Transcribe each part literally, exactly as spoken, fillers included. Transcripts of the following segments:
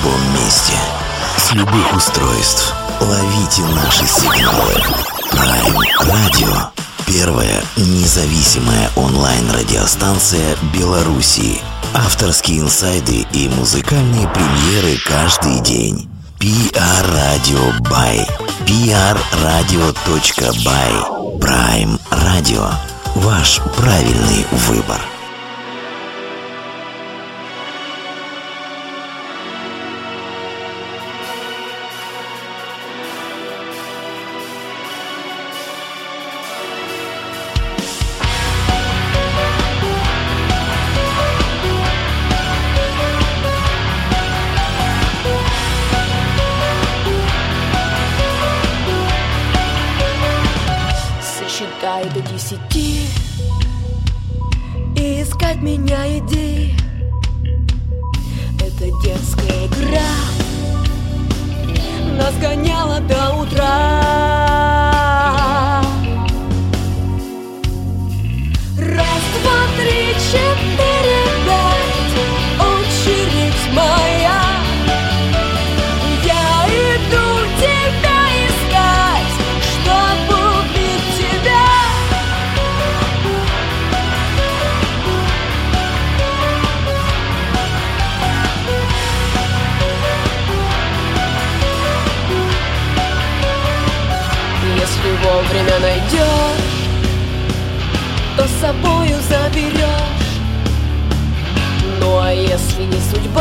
любом месте, с любых устройств. Ловите наши сигналы. Prime Radio. Первая независимая онлайн-радиостанция Беларуси. Авторские инсайды и музыкальные премьеры каждый день. пи ар Radio by пи ар радио точка бай. Prime Radio. Ваш правильный выбор. До десяти и искать меня иди. Это детская игра нас гоняла до утра. Раз, два, три, четыре, пять. Очередь моя. Я иду тебя искать, чтобы убить тебя. Если вовремя найдешь, то с собою заберешь. Ну а если не судьба,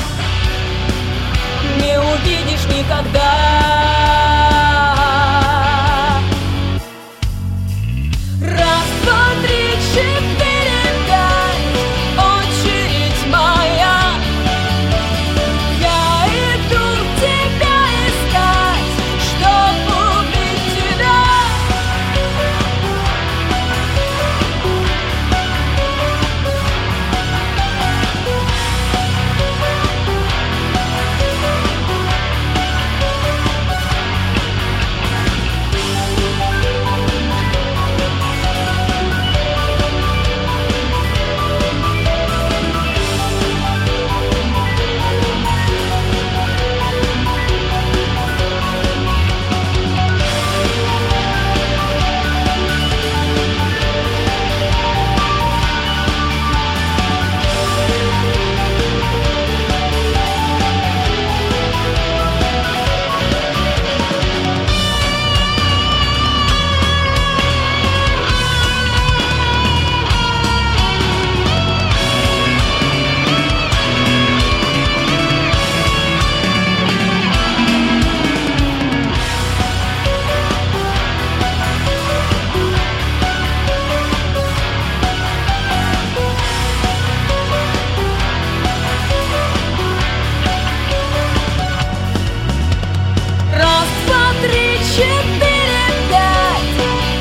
не увидишь никогда. Раз, два, три, четыре, пять. Очередь моя. Я иду тебя искать, чтобы убить тебя. Раз, два, три, четыре, пять.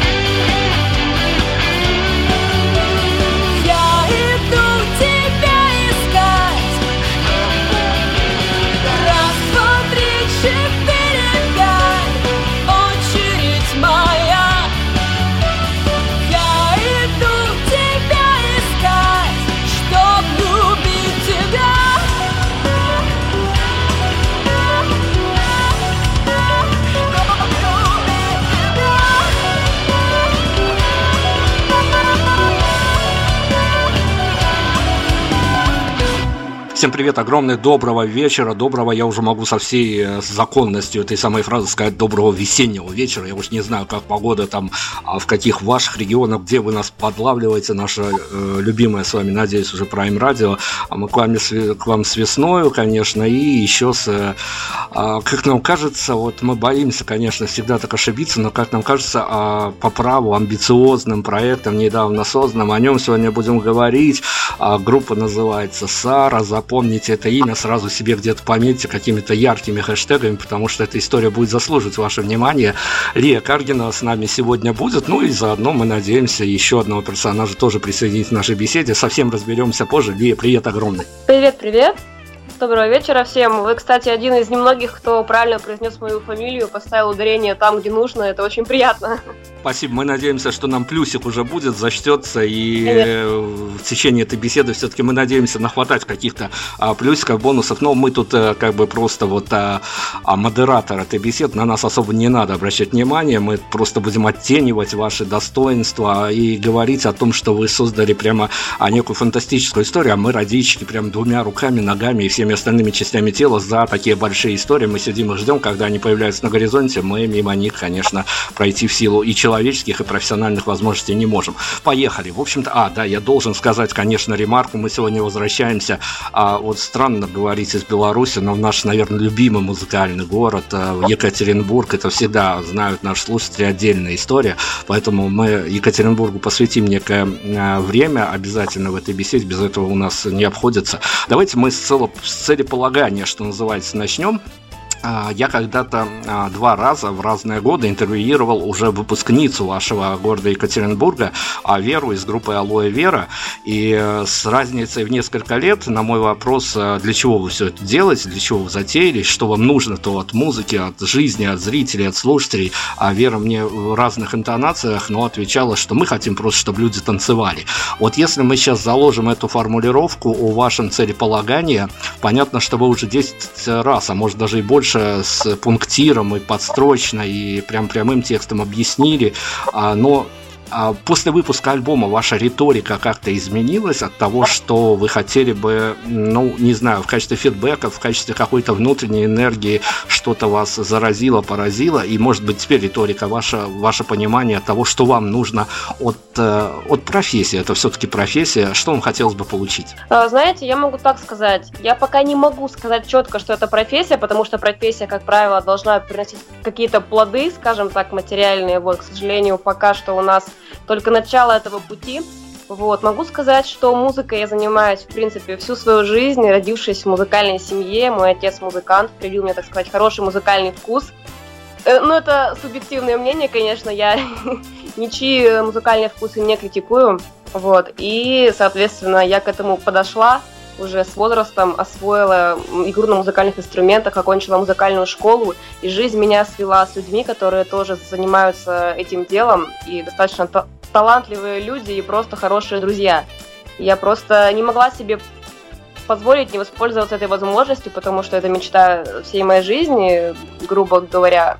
Я иду тебя искать. Раз, два, три, четыре, пять. Очередь моя. Я иду тебя искать, чтоб любить тебя. Всем привет, огромное доброго вечера, доброго, я уже могу со всей э, законностью этой самой фразы сказать доброго весеннего вечера. Я уж не знаю, как погода там, а в каких ваших регионах, где вы нас подлавливаете, наша э, любимая с вами, надеюсь, уже Prime Radio. А мы к вам, к вам с весною, конечно, и еще с, э, э, как нам кажется, вот мы боимся, конечно, всегда так ошибиться, но, как нам кажется, э, по праву амбициозным проектом, недавно созданным, о нем сегодня будем говорить. Э, группа называется «Сара», запомните это имя, сразу себе где-то пометьте какими-то яркими хэштегами, потому что эта история будет заслуживать ваше внимание. Лия Каргина с нами сегодня будет, ну и заодно мы надеемся еще одного персонажа тоже присоединить к нашей беседе. Совсем разберемся позже. Лия, привет огромный. Привет, привет. доброго вечера всем. Вы, кстати, один из немногих, кто правильно произнес мою фамилию, поставил ударение там, где нужно. Это очень приятно. Спасибо. Мы надеемся, что нам плюсик уже будет, зачтется, и Конечно. в течение этой беседы все-таки мы надеемся нахватать каких-то а, плюсиков, бонусов. Но мы тут а, как бы просто вот а, а, модератор этой беседы, на нас особо не надо обращать внимание. Мы просто будем оттенивать ваши достоинства и говорить о том, что вы создали прямо а, некую фантастическую историю, а мы, радийщики, прям двумя руками, ногами и всеми остальными частями тела за такие большие истории. Мы сидим и ждем, когда они появляются на горизонте. Мы мимо них, конечно, пройти в силу и человеческих, и профессиональных возможностей не можем. Поехали. В общем-то, а, да, я должен сказать, конечно, ремарку. Мы сегодня возвращаемся, а, вот странно говорить из Беларуси, но в наш, наверное, любимый музыкальный город, а, в Екатеринбург. Это всегда знают наши слушатели, отдельная история. Поэтому мы Екатеринбургу посвятим некое а, время обязательно в этой беседе. Без этого у нас не обходится. Давайте мы с, цело, с целеполагания, что называется, начнем. Я когда-то а, два раза в разные годы интервьюировал уже выпускницу вашего города Екатеринбурга, а, Веру из группы «Алоэ Вера». И а, с разницей в несколько лет на мой вопрос, а, для чего вы все это делаете, для чего вы затеялись, что вам нужно-то от музыки, от жизни, от зрителей, от слушателей, а Вера мне в разных интонациях, но отвечала, что мы хотим просто, чтобы люди танцевали. Вот если мы сейчас заложим эту формулировку о вашем целеполагании, понятно, что вы уже десять раз, а может даже и больше, с пунктиром и подстрочно, и прям прямым текстом объяснили, но после выпуска альбома ваша риторика как-то изменилась от того, что вы хотели бы, ну, не знаю, в качестве фидбэка, в качестве какой-то внутренней энергии что-то вас заразило, поразило, и, может быть, теперь риторика ваша, ваше понимание того, что вам нужно от, от профессии, это все-таки профессия, что вам хотелось бы получить? Знаете, я могу так сказать, я пока не могу сказать четко, что это профессия, потому что профессия, как правило, должна приносить какие-то плоды, скажем так, материальные, вот, к сожалению, пока что у нас только начало этого пути. Вот. Могу сказать, что музыкой я занимаюсь, в принципе, всю свою жизнь, родившись в музыкальной семье. Мой отец музыкант, привил мне, так сказать, хороший музыкальный вкус. Э, ну, это субъективное мнение, конечно, я ничьи музыкальные вкусы не критикую. Вот. И, соответственно, я к этому подошла уже с возрастом, освоила игру на музыкальных инструментах, окончила музыкальную школу, и жизнь меня свела с людьми, которые тоже занимаются этим делом, и достаточно та- талантливые люди, и просто хорошие друзья. Я просто не могла себе позволить не воспользоваться этой возможностью, потому что это мечта всей моей жизни, грубо говоря,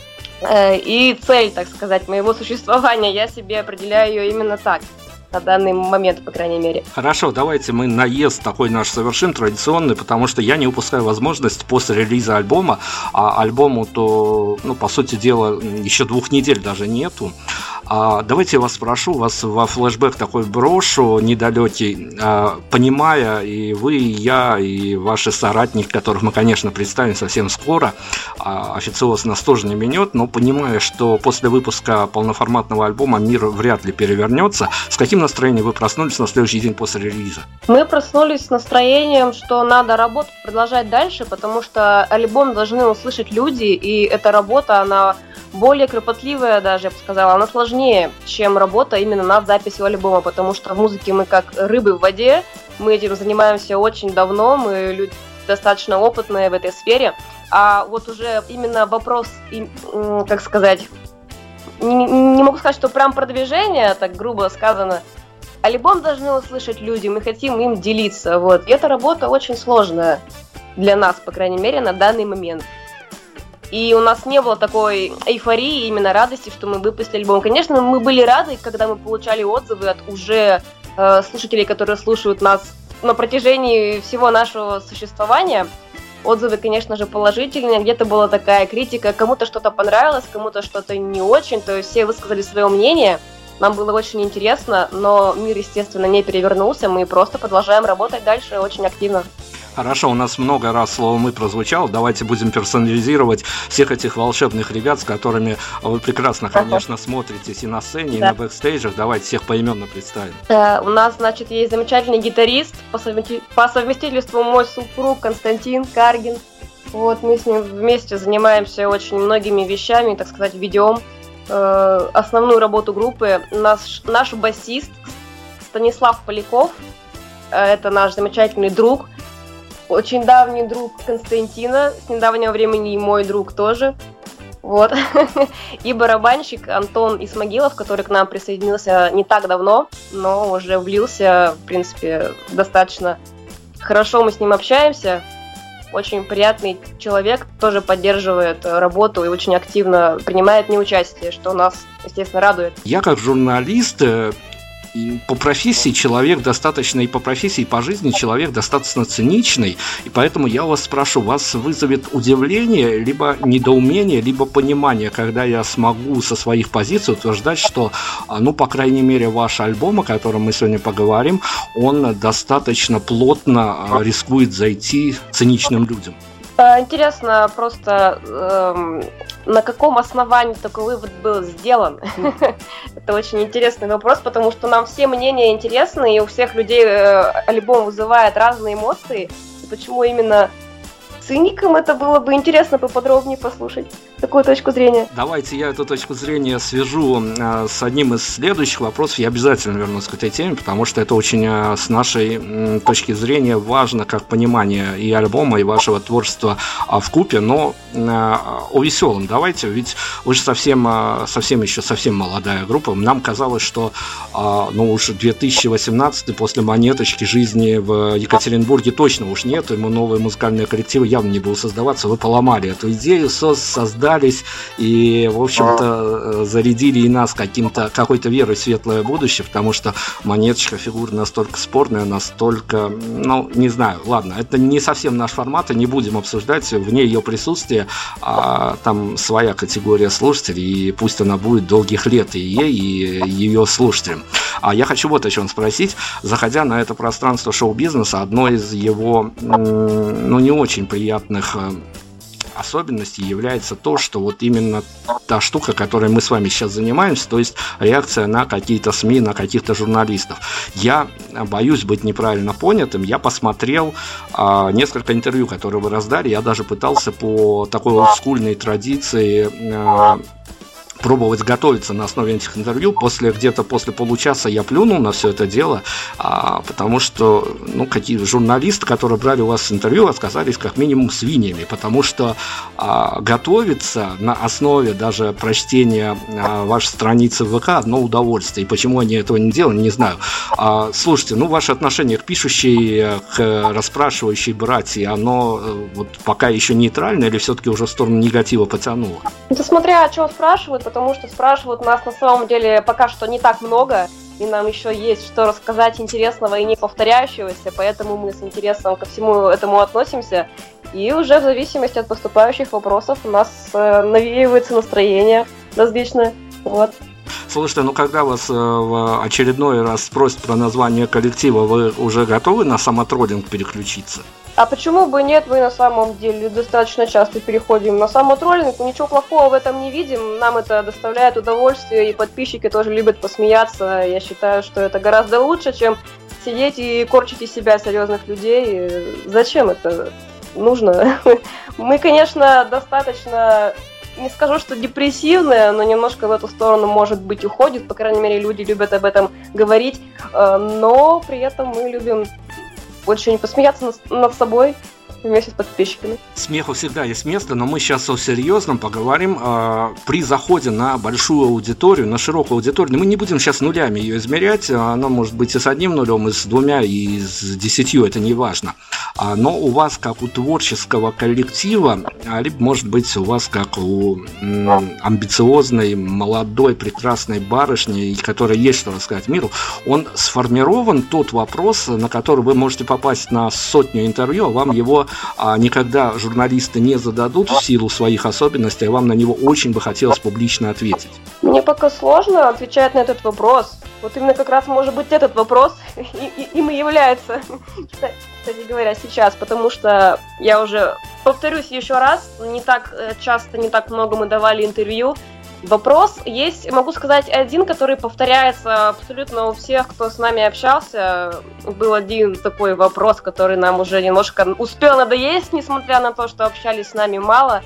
и цель, так сказать, моего существования. Я себе определяю ее именно так. На данный момент, по крайней мере. Хорошо, давайте мы наезд такой наш совершим, традиционный, потому что я не упускаю возможность после релиза альбома, а альбому-то, ну, по сути дела, еще двух недель даже нету. А давайте я вас спрошу, вас во флешбэк такой брошу недалекий, а, понимая, и вы, и я, и ваши соратники, которых мы, конечно, представим совсем скоро, а, официоз нас тоже не менет, но понимая, что после выпуска полноформатного альбома мир вряд ли перевернется, с каким настроением вы проснулись на следующий день после релиза? Мы проснулись с настроением, что надо работу продолжать дальше, потому что альбом должны услышать люди, и эта работа, она более кропотливая даже, я бы сказала, она сложнее, чем работа именно над записью альбома, потому что в музыке мы как рыбы в воде, мы этим занимаемся очень давно, мы люди достаточно опытные в этой сфере, а вот уже именно вопрос, как сказать, не, не могу сказать, что прям продвижение, так грубо сказано, альбом должны услышать люди, мы хотим им делиться, вот, и эта работа очень сложная для нас, по крайней мере, на данный момент. И у нас не было такой эйфории, именно радости, что мы выпустили альбом. Конечно, мы были рады, когда мы получали отзывы от уже э, слушателей, которые слушают нас на протяжении всего нашего существования. Отзывы, конечно же, положительные. Где-то была такая критика, кому-то что-то понравилось, кому-то что-то не очень. То есть все высказали свое мнение. Нам было очень интересно, но мир, естественно, не перевернулся. Мы просто продолжаем работать дальше очень активно. Хорошо, у нас много раз слово «мы» прозвучало. Давайте будем персонализировать всех этих волшебных ребят, с которыми вы прекрасно, конечно, смотритесь и на сцене, да, и на бэкстейджах. Давайте всех поименно представим. Да, у нас, значит, есть замечательный гитарист, по, совмести... по совместительству мой супруг Константин Каргин. Вот, мы с ним вместе занимаемся очень многими вещами, так сказать, ведем э, основную работу группы. Наш, наш басист Станислав Поляков, э, это наш замечательный друг. очень давний друг Константина, с недавнего времени и мой друг тоже. Вот. И барабанщик Антон Исмагилов, который к нам присоединился не так давно, но уже влился, в принципе, достаточно хорошо мы с ним общаемся. Очень приятный человек, тоже поддерживает работу и очень активно принимает в ней участие, что нас, естественно, радует. Я как журналист и по профессии человек достаточно, и по профессии, и по жизни человек достаточно циничный, и поэтому я вас спрошу, вас вызовет удивление, либо недоумение, либо понимание, когда я смогу со своих позиций утверждать, что, ну, по крайней мере, ваш альбом, о котором мы сегодня поговорим, он достаточно плотно рискует зайти циничным людям. Интересно просто, эм, на каком основании такой вывод был сделан? Это очень интересный вопрос, потому что нам все мнения интересны, и у всех людей э, альбом вызывает разные эмоции. И почему именно циникам, это было бы интересно поподробнее послушать такую точку зрения. Давайте я эту точку зрения свяжу э, с одним из следующих вопросов. Я обязательно вернусь к этой теме, потому что это очень э, с нашей э, точки зрения важно, как понимание и альбома, и вашего творчества э, вкупе. Но э, о веселом давайте, ведь вы же совсем, э, совсем еще совсем молодая группа. Нам казалось, что э, ну уж две тысячи восемнадцатый после «Монеточки» жизни в Екатеринбурге точно уж нет, ему новые музыкальные коллективы явно не будут создаваться. Вы поломали эту идею, создали и, в общем-то, зарядили и нас каким-то, какой-то верой в светлое будущее, потому что «Монеточка» фигура настолько спорная, настолько, ну, не знаю, ладно, это не совсем наш формат, и не будем обсуждать вне ее присутствия, а там своя категория слушателей, и пусть она будет долгих лет и ей, и ее слушателям. А я хочу вот о чем спросить. Заходя на это пространство шоу-бизнеса, одно из его, ну, не очень приятных особенностей является то, что вот именно та штука, которой мы с вами сейчас занимаемся, то есть реакция на какие-то СМИ, на каких-то журналистов. Я боюсь быть неправильно понятым, я посмотрел а, несколько интервью, которые вы раздали, я даже пытался по такой олдскульной традиции а, пробовать готовиться на основе этих интервью. После где-то после получаса я плюнул на все это дело, а, потому что ну, какие журналисты, которые брали у вас интервью, оказались как минимум свиньями, потому что а, готовиться на основе даже прочтения а, вашей страницы в ВК одно удовольствие. И почему они этого не делали, не знаю. А, слушайте, ну ваше отношение к пишущей, к расспрашивающей братье, оно вот пока еще нейтральное или все-таки уже в сторону негатива потянуло? Это смотря о чем спрашивают, потому что спрашивают нас на самом деле пока что не так много, и нам еще есть что рассказать интересного и не повторяющегося, поэтому мы с интересом ко всему этому относимся, и уже в зависимости от поступающих вопросов у нас э, навеивается настроение различное, вот. Слушайте, ну когда вас э, в очередной раз спросят про название коллектива, вы уже готовы на самотроллинг переключиться? А почему бы нет, мы на самом деле достаточно часто переходим на самотроллинг, ничего плохого в этом не видим, нам это доставляет удовольствие, и подписчики тоже любят посмеяться, я считаю, что это гораздо лучше, чем сидеть и корчить из себя серьезных людей, зачем это нужно? Мы, конечно, достаточно, не скажу, что депрессивные, но немножко в эту сторону, может быть, уходит, по крайней мере, люди любят об этом говорить, но при этом мы любим очень посмеяться над, над собой вместе с подписчиками. Смеху всегда есть место, но мы сейчас о серьезном поговорим. Э, при заходе на большую аудиторию, на широкую аудиторию, мы не будем сейчас нулями ее измерять, она может быть и с одним нулем, и с двумя, и с десятью, это не важно. А, но у вас, как у творческого коллектива, либо, может быть, у вас, как у м, амбициозной, молодой, прекрасной барышни, которой есть что рассказать миру, он сформирован, тот вопрос, на который вы можете попасть на сотню интервью, а вам его а, никогда журналисты не зададут в силу своих особенностей, а вам на него очень бы хотелось публично ответить. Мне пока сложно отвечать на этот вопрос. Вот именно как раз может быть этот вопрос и, и, им и является, кстати говоря, сейчас, потому что я уже повторюсь еще раз, не так часто, не так много мы давали интервью. Вопрос есть, могу сказать, один, который повторяется абсолютно у всех, кто с нами общался. Был один такой вопрос, который нам уже немножко успел надоесть, несмотря на то, что общались с нами мало.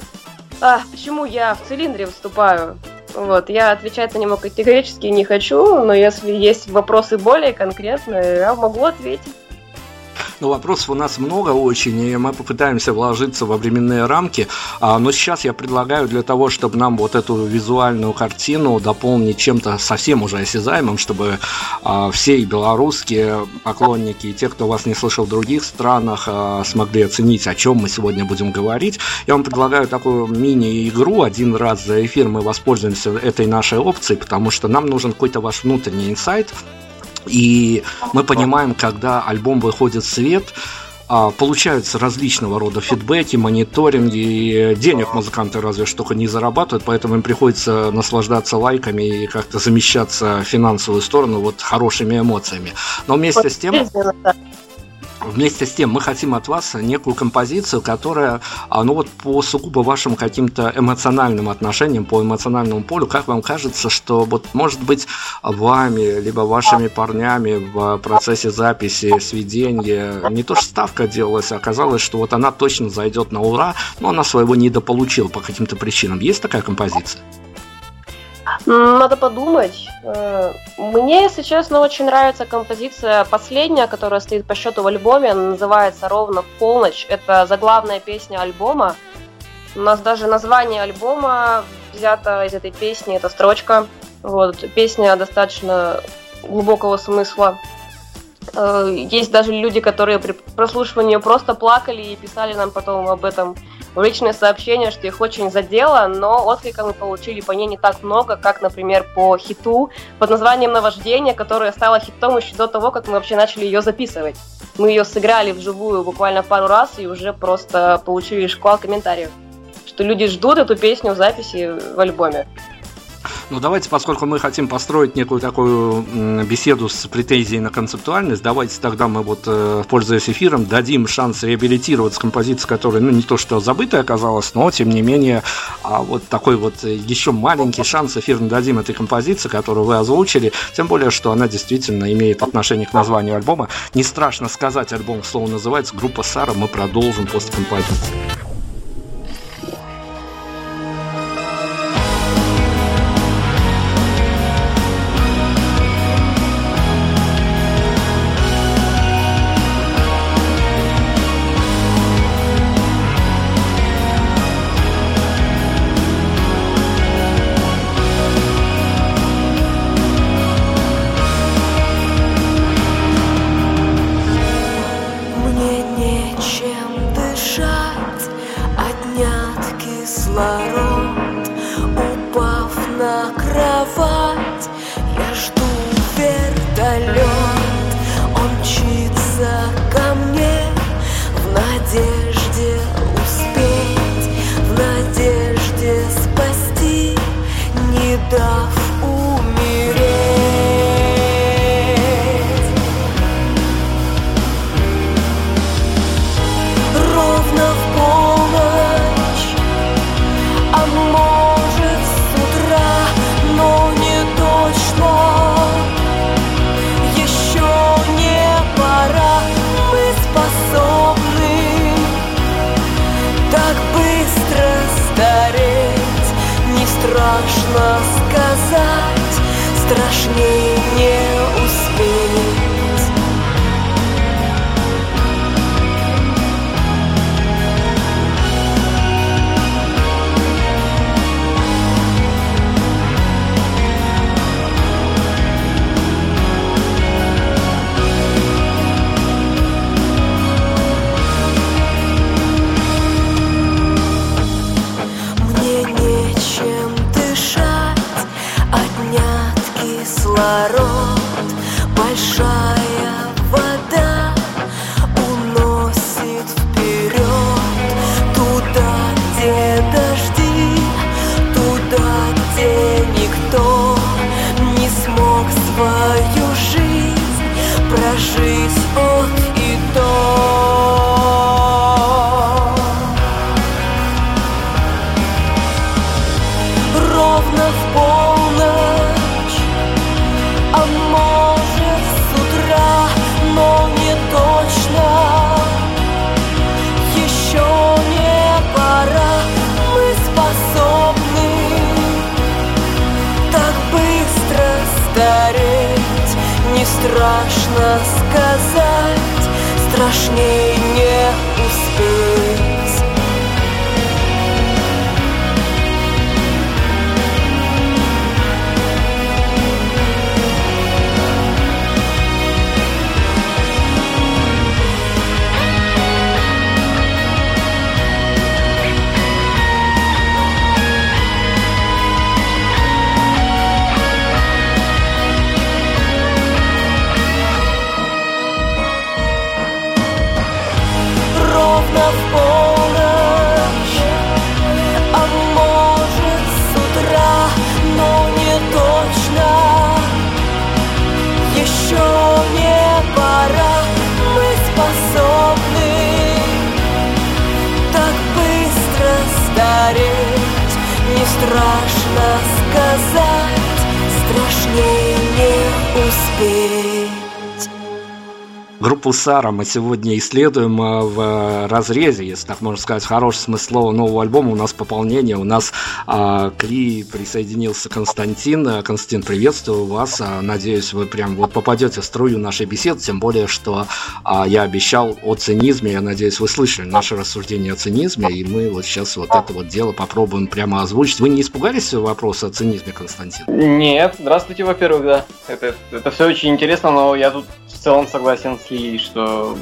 А, почему я в цилиндре выступаю? Вот, я отвечать на него категорически не хочу, но если есть вопросы более конкретные, я могу ответить. Ну, вопросов у нас много очень, и мы попытаемся вложиться во временные рамки, а, но сейчас я предлагаю для того, чтобы нам вот эту визуальную картину дополнить чем-то совсем уже осязаемым, чтобы а, все и белорусские поклонники, и те, кто вас не слышал в других странах, а, смогли оценить, о чем мы сегодня будем говорить. Я вам предлагаю такую мини-игру. Один раз за эфир мы воспользуемся этой нашей опцией, потому что нам нужен какой-то ваш внутренний инсайт. И мы понимаем, когда альбом выходит в свет, получаются различного рода фидбэки, мониторинги, и денег музыканты разве что только не зарабатывают, поэтому им приходится наслаждаться лайками и как-то замещаться в финансовую сторону вот хорошими эмоциями. Но вместе с тем... Вместе с тем мы хотим от вас некую композицию, которая, ну вот по сугубо вашим каким-то эмоциональным отношениям, по эмоциональному полю, как вам кажется, что вот может быть вами, либо вашими парнями в процессе записи, сведения, не то что ставка делалась, а оказалось, что вот она точно зайдет на ура, но она своего недополучила по каким-то причинам. Есть такая композиция? Надо подумать. Мне, если честно, очень нравится композиция последняя, которая стоит по счету в альбоме. Она называется «Ровно в полночь». Это заглавная песня альбома. У нас даже название альбома взято из этой песни, эта строчка. Вот. Песня достаточно глубокого смысла. Есть даже люди, которые при прослушивании просто плакали и писали нам потом об этом в личные сообщения, что их очень задело, но отклика мы получили по ней не так много, как, например, по хиту под названием «Наваждение», которое стало хитом еще до того, как мы вообще начали ее записывать. Мы ее сыграли вживую буквально пару раз и уже просто получили шквал комментариев, что люди ждут эту песню в записи в альбоме. Ну, давайте, поскольку мы хотим построить некую такую беседу с претензией на концептуальность, давайте тогда мы вот, пользуясь эфиром, дадим шанс реабилитироваться композиции, которая, ну, не то что забытая оказалась, но, тем не менее, а вот такой вот еще маленький шанс эфирно дадим этой композиции, которую вы озвучили, тем более, что она действительно имеет отношение к названию альбома. Не страшно сказать, альбом, к слову, называется «Группа Сара». Мы продолжим после композиции. Страшно сказать, страшнее не успеть. Мне нечем дышать, отнят кислород. Большая вода уносит вперед, туда, где дожди, туда, где никто не смог свою жизнь прожить от и до. Ровно в полночь, а может с утра, но не точно. Еще не пора, мы способны так быстро стареть. Не страшно сказать, страшней не успеть. Ровно в полночь, а может с утра, но не точно. Еще не пора, мы способны так быстро стареть. Не страшно сказать, страшнее не успеть. Группу Сара мы сегодня исследуем в разрезе, если так можно сказать, в хорошем смысле слова, нового альбома. У нас пополнение, у нас а, к Ли присоединился Константин. Константин, приветствую вас. Надеюсь, вы прям вот попадете в струю нашей беседы, тем более, что а, я обещал о цинизме. Я надеюсь, вы слышали наше рассуждение о цинизме, и мы вот сейчас вот это вот дело попробуем прямо озвучить. Вы не испугались вопроса о цинизме, Константин? Нет, здравствуйте, во-первых, да. Это, это все очень интересно, но я тут в целом согласен с Ли, что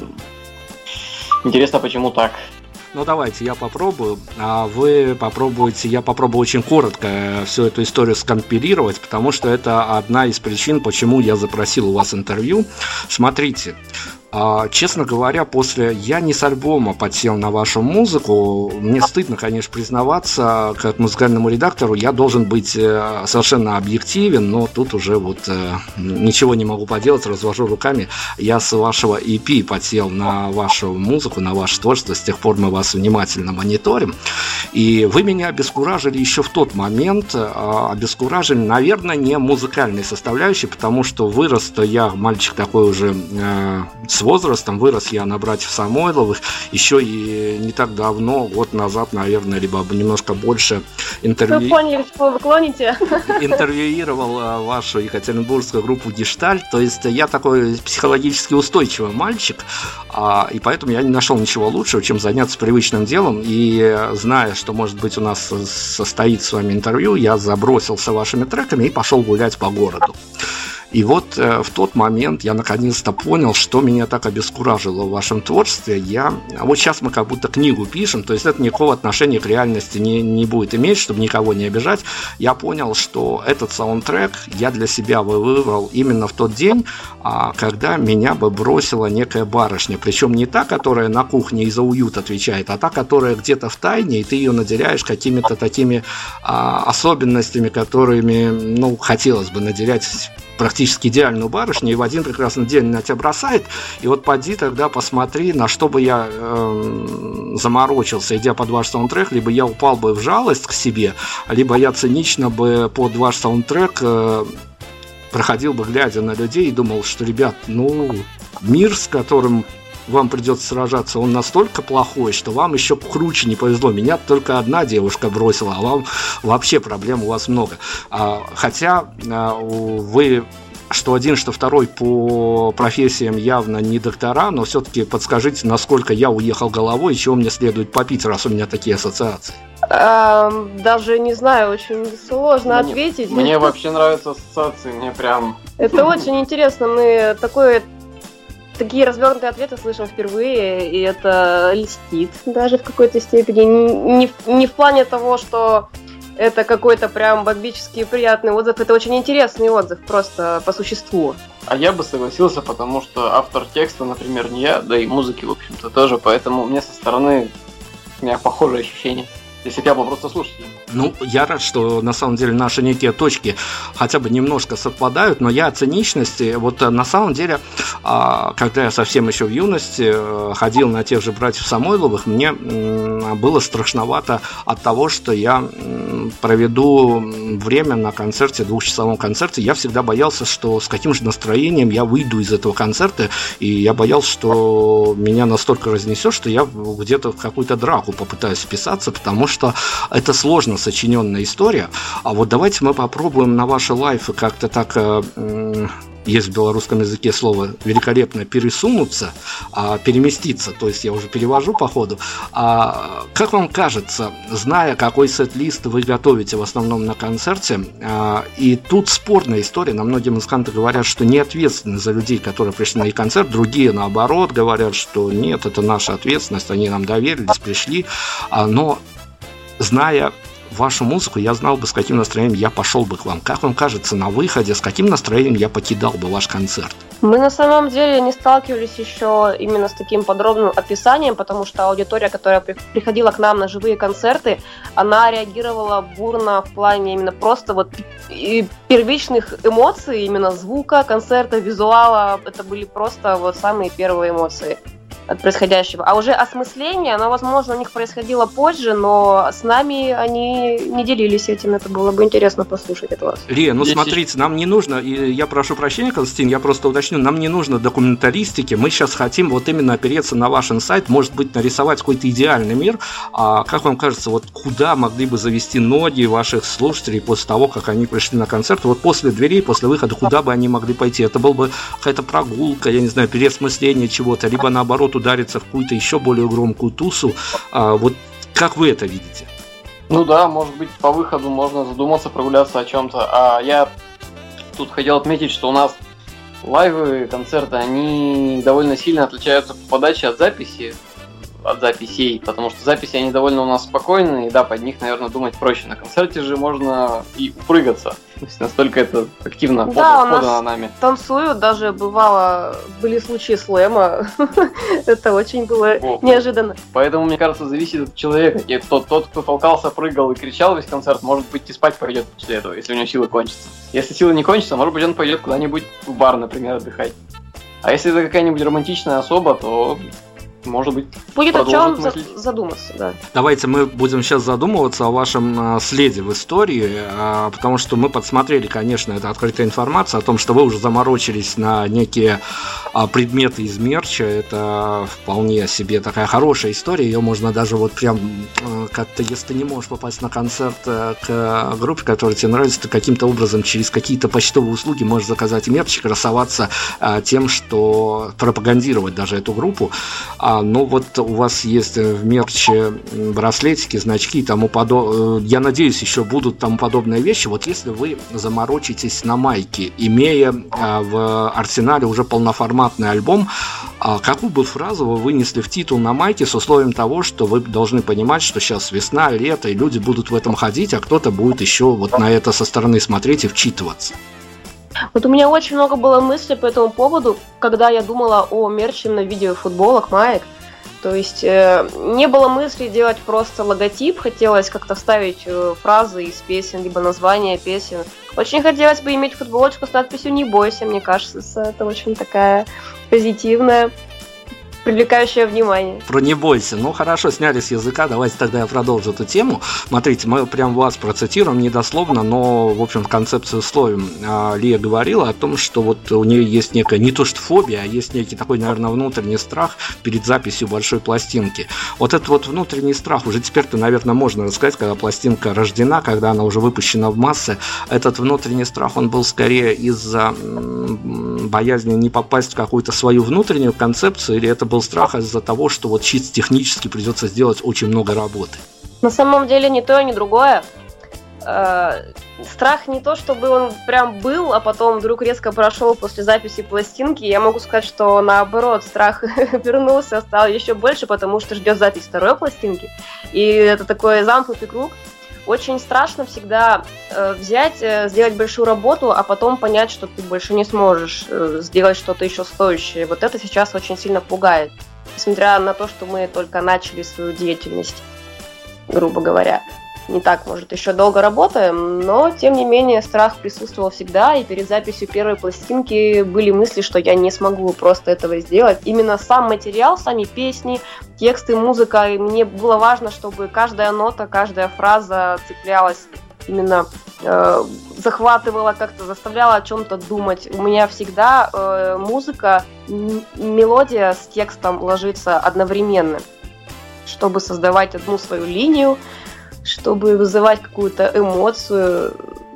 интересно, почему так. Ну давайте, я попробую, а вы попробуете, я попробую очень коротко всю эту историю скомпилировать, потому что это одна из причин, почему я запросил у вас интервью. Смотрите, честно говоря, после я не с альбома подсел на вашу музыку. Мне стыдно, конечно, признаваться, как музыкальному редактору я должен быть совершенно объективен, но тут уже вот ничего не могу поделать, развожу руками. Я с вашего и пи подсел на вашу музыку, на ваше творчество, с тех пор мы вас внимательно мониторим. И вы меня обескуражили еще в тот момент, обескуражили, наверное, не музыкальной составляющей, потому что вырос-то я, мальчик такой уже с возрастом, вырос я на братьев Самойловых, еще и не так давно, год назад, наверное, либо немножко больше интервью... Вы поняли, что вы клоните? интервьюировал вашу екатеринбургскую группу «Гештальт», то есть я такой психологически устойчивый мальчик, и поэтому я не нашел ничего лучшего, чем заняться привычным делом, и зная, что, может быть, у нас состоит с вами интервью, я забросился вашими треками и пошел гулять по городу. И вот э, в тот момент я наконец-то понял, что меня так обескуражило в вашем творчестве. Я... Вот сейчас мы как будто книгу пишем, то есть это никакого отношения к реальности не, не будет иметь, чтобы никого не обижать. Я понял, что этот саундтрек я для себя выбрал именно в тот день, а, когда меня бы бросила некая барышня. Причем не та, которая на кухне и за уют отвечает, а та, которая где-то в тайне, и ты ее наделяешь какими-то такими а, особенностями, которыми, ну, хотелось бы наделять практически идеальную барышню, и в один прекрасный день она тебя бросает, и вот поди тогда посмотри, на что бы я э, заморочился, идя под ваш саундтрек, либо я упал бы в жалость к себе, либо я цинично бы под ваш саундтрек э, проходил бы, глядя на людей, и думал, что, ребят, ну, мир, с которым вам придется сражаться, он настолько плохой, что вам еще круче не повезло. Меня только одна девушка бросила, а вам вообще проблем у вас много. А, хотя а, вы что один, что второй по профессиям явно не доктора, но все-таки подскажите, насколько я уехал головой и чего мне следует попить, раз у меня такие ассоциации. Эм, даже не знаю, очень сложно мне, ответить. Мне вообще нравятся ассоциации, мне прям... Это очень интересно, мы такое... Такие развернутые ответы слышим впервые, и это льстит даже в какой-то степени. Не, не в плане того, что это какой-то прям бомбический приятный отзыв, это очень интересный отзыв, просто по существу. А я бы согласился, потому что автор текста, например, не я, да и музыки, в общем-то, тоже, поэтому мне со стороны у меня похожие ощущения. Если бы я был просто слушателем. Ну, я рад, что на самом деле наши некие точки хотя бы немножко совпадают, но я о циничности, вот на самом деле, когда я совсем еще в юности ходил на тех же братьев Самойловых, мне было страшновато от того, что я проведу время на концерте, двухчасовом концерте. Я всегда боялся, что с каким же настроением я выйду из этого концерта, и я боялся, что меня настолько разнесет, что я где-то в какую-то драку попытаюсь вписаться, потому что что это сложно сочиненная история. А вот давайте мы попробуем на ваши лайфы как-то так э, есть в белорусском языке слово великолепно пересунуться, а, переместиться, то есть я уже перевожу по ходу. А, как вам кажется, зная, какой сет-лист вы готовите в основном на концерте, а, и тут спорная история, на многие музыканты говорят, что не ответственны за людей, которые пришли на их концерт, другие наоборот говорят, что нет, это наша ответственность, они нам доверились, пришли, а, но зная вашу музыку, я знал бы, с каким настроением я пошел бы к вам. Как вам кажется, на выходе, с каким настроением я покидал бы ваш концерт? Мы на самом деле не сталкивались еще именно с таким подробным описанием, потому что аудитория, которая приходила к нам на живые концерты, она реагировала бурно в плане именно просто вот первичных эмоций, именно звука, концерта, визуала. Это были просто вот самые первые эмоции от происходящего. А уже осмысление, оно, возможно, у них происходило позже, но с нами они не делились этим. Это было бы интересно послушать от вас. Лия, ну Здесь смотрите, нам не нужно, и я прошу прощения, Константин, я просто уточню, нам не нужно документалистики, мы сейчас хотим вот именно опереться на ваш инсайт, может быть, нарисовать какой-то идеальный мир. А как вам кажется, вот куда могли бы завести ноги ваших слушателей после того, как они пришли на концерт? Вот после дверей, после выхода, куда бы они могли пойти? Это была бы какая-то прогулка, я не знаю, переосмысление чего-то, либо наоборот удариться в какую-то еще более громкую тусу. А, вот как вы это видите? Ну да, может быть, по выходу можно задуматься, прогуляться о чем-то. А я тут хотел отметить, что у нас лайвы, концерты, они довольно сильно отличаются по подаче от записи, от записей, потому что записи, они довольно у нас спокойные, и да, под них, наверное, думать проще. На концерте же можно и упрыгаться, то есть настолько это активно да, подано нами. Танцуют, даже бывало, были случаи слэма, это очень было О, неожиданно. Поэтому, мне кажется, зависит от человека. И тот, тот, кто толкался, прыгал и кричал весь концерт, может быть, и спать пойдет после этого, если у него силы кончатся. Если силы не кончатся, может быть, он пойдет куда-нибудь в бар, например, отдыхать. А если это какая-нибудь романтичная особа, то... может быть, будет о чем задуматься, да. Давайте мы будем сейчас задумываться о вашем следе в истории, потому что мы подсмотрели, конечно, это открытая информация о том, что вы уже заморочились на некие предметы из мерча. Это вполне себе такая хорошая история. Ее можно даже вот прям как-то, если ты не можешь попасть на концерт к группе, которая тебе нравится, ты каким-то образом через какие-то почтовые услуги можешь заказать мерч и красоваться тем, что пропагандировать даже эту группу. Ну вот у вас есть в мерче браслетики, значки и тому подобное. Я надеюсь, еще будут тому подобные вещи. Вот если вы заморочитесь на майке, имея в арсенале уже полноформатный альбом, какую бы фразу вы вынесли в титул на майке с условием того, что вы должны понимать, что сейчас весна, лето, и люди будут в этом ходить, а кто-то будет еще вот на это со стороны смотреть и вчитываться? Вот у меня очень много было мыслей по этому поводу, когда я думала о мерче на видео футболок, маек. То есть э, не было мысли делать просто логотип, хотелось как-то вставить э, фразы из песен, либо названия песен. Очень хотелось бы иметь футболочку с надписью «Не бойся», мне кажется, это очень такая позитивная, привлекающее внимание. Про «Не бойся». Ну, хорошо, сняли с языка, давайте тогда я продолжу эту тему. Смотрите, мы прям вас процитируем, не дословно, но, в общем, в концепцию условием. Лия говорила о том, что вот у нее есть некая, не то что фобия, а есть некий такой, наверное, внутренний страх перед записью большой пластинки. Вот этот вот внутренний страх, уже теперь-то, наверное, можно рассказать, когда пластинка рождена, когда она уже выпущена в массы, этот внутренний страх, он был скорее из-за боязни не попасть в какую-то свою внутреннюю концепцию, или это был страх из-за того, что вот чисто технически придется сделать очень много работы? На самом деле ни то, ни другое. Страх не то, чтобы он прям был, а потом вдруг резко прошел после записи пластинки. Я могу сказать, что наоборот, страх вернулся, стал еще больше, потому что ждет запись второй пластинки. И это такой замкнутый круг. Очень страшно всегда э, взять, э, сделать большую работу, а потом понять, что ты больше не сможешь э, сделать что-то еще стоящее. Вот это сейчас очень сильно пугает, несмотря на то, что мы только начали свою деятельность, грубо говоря. Не так, может, еще долго работаем, но, тем не менее, страх присутствовал всегда, и перед записью первой пластинки были мысли, что я не смогу просто этого сделать. Именно сам материал, сами песни, тексты, музыка, и мне было важно, чтобы каждая нота, каждая фраза цеплялась, именно э, захватывала как-то, заставляла о чем-то думать. У меня всегда э, музыка, м- мелодия с текстом ложится одновременно, чтобы создавать одну свою линию, чтобы вызывать какую-то эмоцию.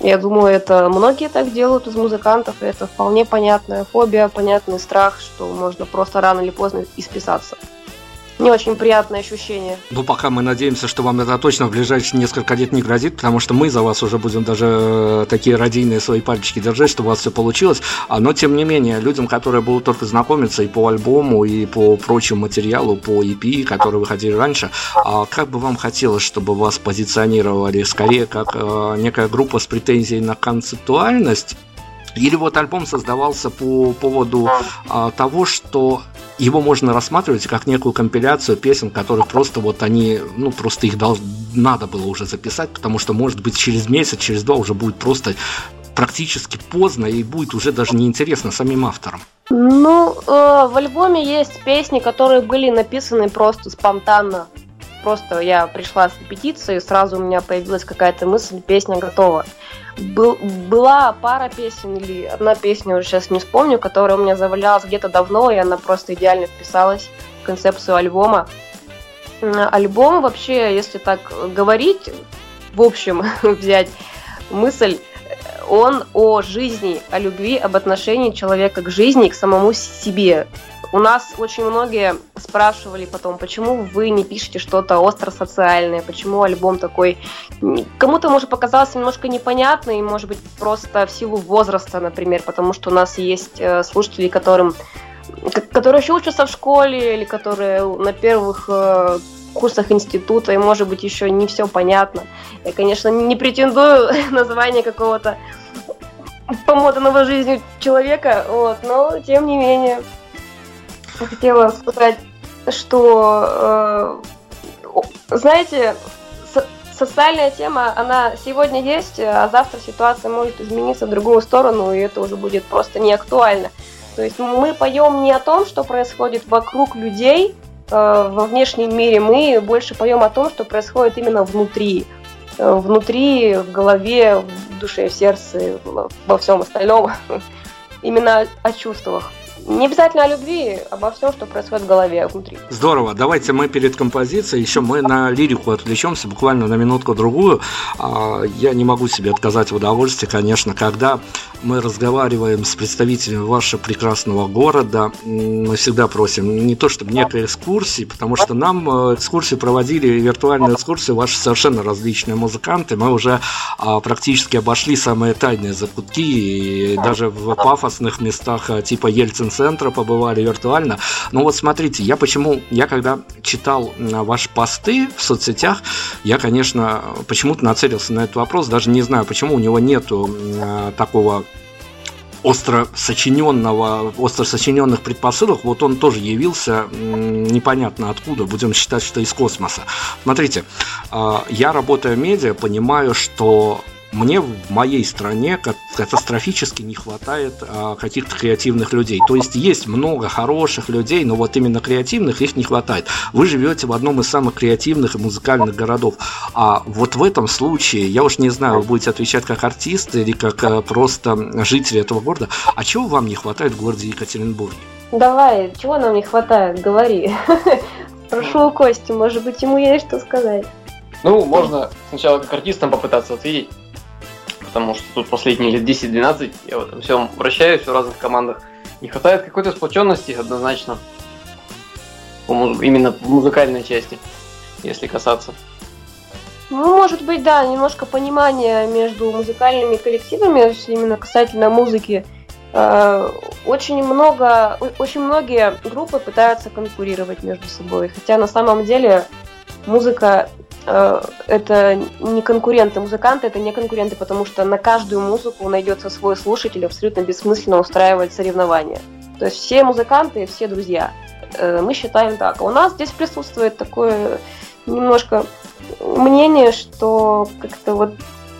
Я думаю, это многие так делают из музыкантов, и это вполне понятная фобия, понятный страх, что можно просто рано или поздно исписаться. Не очень приятное ощущение. Ну, пока мы надеемся, что вам это точно в ближайшие несколько лет не грозит, потому что мы за вас уже будем даже такие родийные свои пальчики держать, чтобы у вас все получилось. Но, тем не менее, людям, которые будут только знакомиться и по альбому, и по прочему материалу, по и пи, которые выходили раньше, как бы вам хотелось, чтобы вас позиционировали скорее как некая группа с претензией на концептуальность? Или вот альбом создавался по поводу а, того, что его можно рассматривать как некую компиляцию песен, которых просто вот они, ну просто их дол- надо было уже записать, потому что, может быть, через месяц, через два уже будет просто практически поздно и будет уже даже неинтересно самим авторам. Ну, э, в альбоме есть песни, которые были написаны просто спонтанно. Просто я пришла с репетиции, сразу у меня появилась какая-то мысль, песня готова. Был, была пара песен или одна песня, уже сейчас не вспомню, которая у меня завалялась где-то давно, и она просто идеально вписалась в концепцию альбома. Альбом вообще, если так говорить, в общем, взять мысль, он о жизни, о любви, об отношении человека к жизни, к самому себе. У нас очень многие спрашивали потом, почему вы не пишете что-то остро-социальное, почему альбом такой... Кому-то, может, показался немножко непонятный, может быть, просто в силу возраста, например, потому что у нас есть слушатели, которым... которые еще учатся в школе, или которые на первых курсах института, и, может быть, еще не все понятно. Я, конечно, не претендую на звание какого-то помотанного жизнью человека, вот, но, тем не менее... Хотела сказать, что, э, знаете, со- социальная тема, она сегодня есть, а завтра ситуация может измениться в другую сторону, и это уже будет просто не актуально. То есть мы поем не о том, что происходит вокруг людей э, во внешнем мире, мы больше поем о том, что происходит именно внутри. Э, внутри, в голове, в душе, в сердце, во всем остальном. Именно о чувствах. Не обязательно о любви, обо всем, что происходит в голове внутри. Здорово. Давайте мы перед композицией еще мы на лирику отвлечемся буквально на минутку-другую. Я не могу себе отказать в удовольствии, конечно, когда мы разговариваем с представителями вашего прекрасного города, мы всегда просим не то чтобы некой экскурсии, потому что нам экскурсии проводили, виртуальные экскурсии ваши совершенно различные музыканты. Мы уже практически обошли самые тайные закутки, и даже в пафосных местах типа Ельцин центра побывали виртуально. Но вот смотрите, я почему, я когда читал ваши посты в соцсетях, я, конечно, почему-то нацелился на этот вопрос, даже не знаю, почему у него нету э, такого остро сочиненного, остро сочиненных предпосылок, вот он тоже явился м, непонятно откуда, будем считать, что из космоса. Смотрите, э, я, работая в медиа, понимаю, что мне в моей стране катастрофически не хватает а, каких-то креативных людей. То есть есть много хороших людей, но вот именно креативных их не хватает. Вы живете в одном из самых креативных и музыкальных городов. А вот в этом случае, я уж не знаю, вы будете отвечать как артист или как а, просто жители этого города. А чего вам не хватает в городе Екатеринбурге? Давай, чего нам не хватает? Говори. Прошу у Кости, может быть, ему есть что сказать. Ну, можно сначала как артистам попытаться ответить. Потому что тут последние лет десять-двенадцать я в этом всем вращаюсь в разных командах. Не хватает какой-то сплоченности однозначно. Именно в музыкальной части, если касаться. Ну, может быть, да, немножко понимания между музыкальными коллективами, именно касательно музыки. Очень много, очень многие группы пытаются конкурировать между собой, хотя на самом деле музыка это не конкуренты, музыканты это не конкуренты, потому что на каждую музыку найдется свой слушатель, абсолютно бессмысленно устраивать соревнования. То есть все музыканты, все друзья. Мы считаем так. А у нас здесь присутствует такое немножко мнение, что как-то вот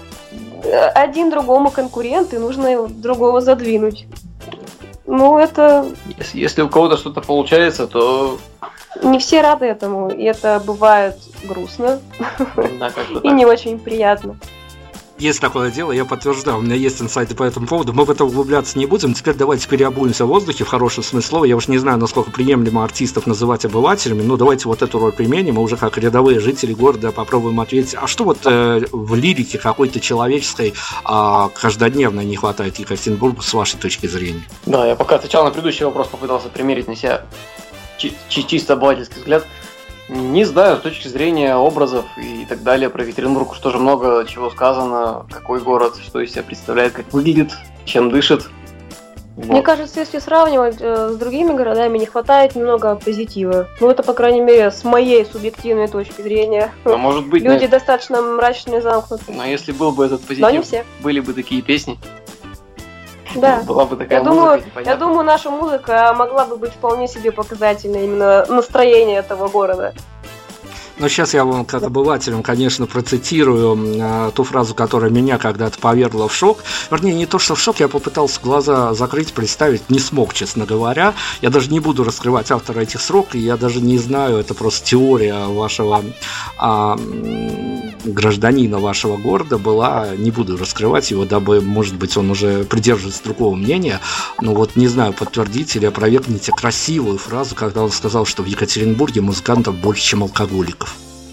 один другому конкурент, и нужно другого задвинуть. Ну, это... Если, если у кого-то что-то получается, то... Не все рады этому, и это бывает грустно, да, и не очень приятно. Есть такое дело, я подтверждаю, у меня есть инсайты по этому поводу. Мы в это углубляться не будем. Теперь давайте переобуемся в воздухе, в хорошем смысле слова. Я уж не знаю, насколько приемлемо артистов называть обывателями, но давайте вот эту роль применим, и уже как рядовые жители города попробуем ответить. А что вот э, в лирике какой-то человеческой э, каждодневной не хватает Екатеринбургу с вашей точки зрения? Да, я пока отвечал на предыдущий вопрос, попытался примерить на себя чи- чи- чисто обывательский взгляд. Не знаю, с точки зрения образов и так далее про Екатеринбург уж тоже много чего сказано, какой город, что из себя представляет, как выглядит, чем дышит. Вот. Мне кажется, если сравнивать э, с другими городами, не хватает немного позитива. Ну, это, по крайней мере, с моей субъективной точки зрения. А может быть, люди но... достаточно мрачные, замкнутые. Но если был бы этот позитив, Но не все. Были бы такие песни. Да. Была бы такая я музыка, думаю, непонятно. я думаю, наша музыка могла бы быть вполне себе показательной именно настроения этого города. Но сейчас я вам, как обывателям, конечно, процитирую э, ту фразу, которая меня когда-то повергла в шок. Вернее, не то, что в шок, я попытался глаза закрыть, представить, не смог, честно говоря. Я даже не буду раскрывать автора этих строк, и я даже не знаю, это просто теория вашего э, гражданина вашего города была. Не буду раскрывать его, дабы, может быть, он уже придерживается другого мнения. Но вот не знаю, подтвердите или опровергните красивую фразу, когда он сказал, что в Екатеринбурге музыкантов больше, чем алкоголиков.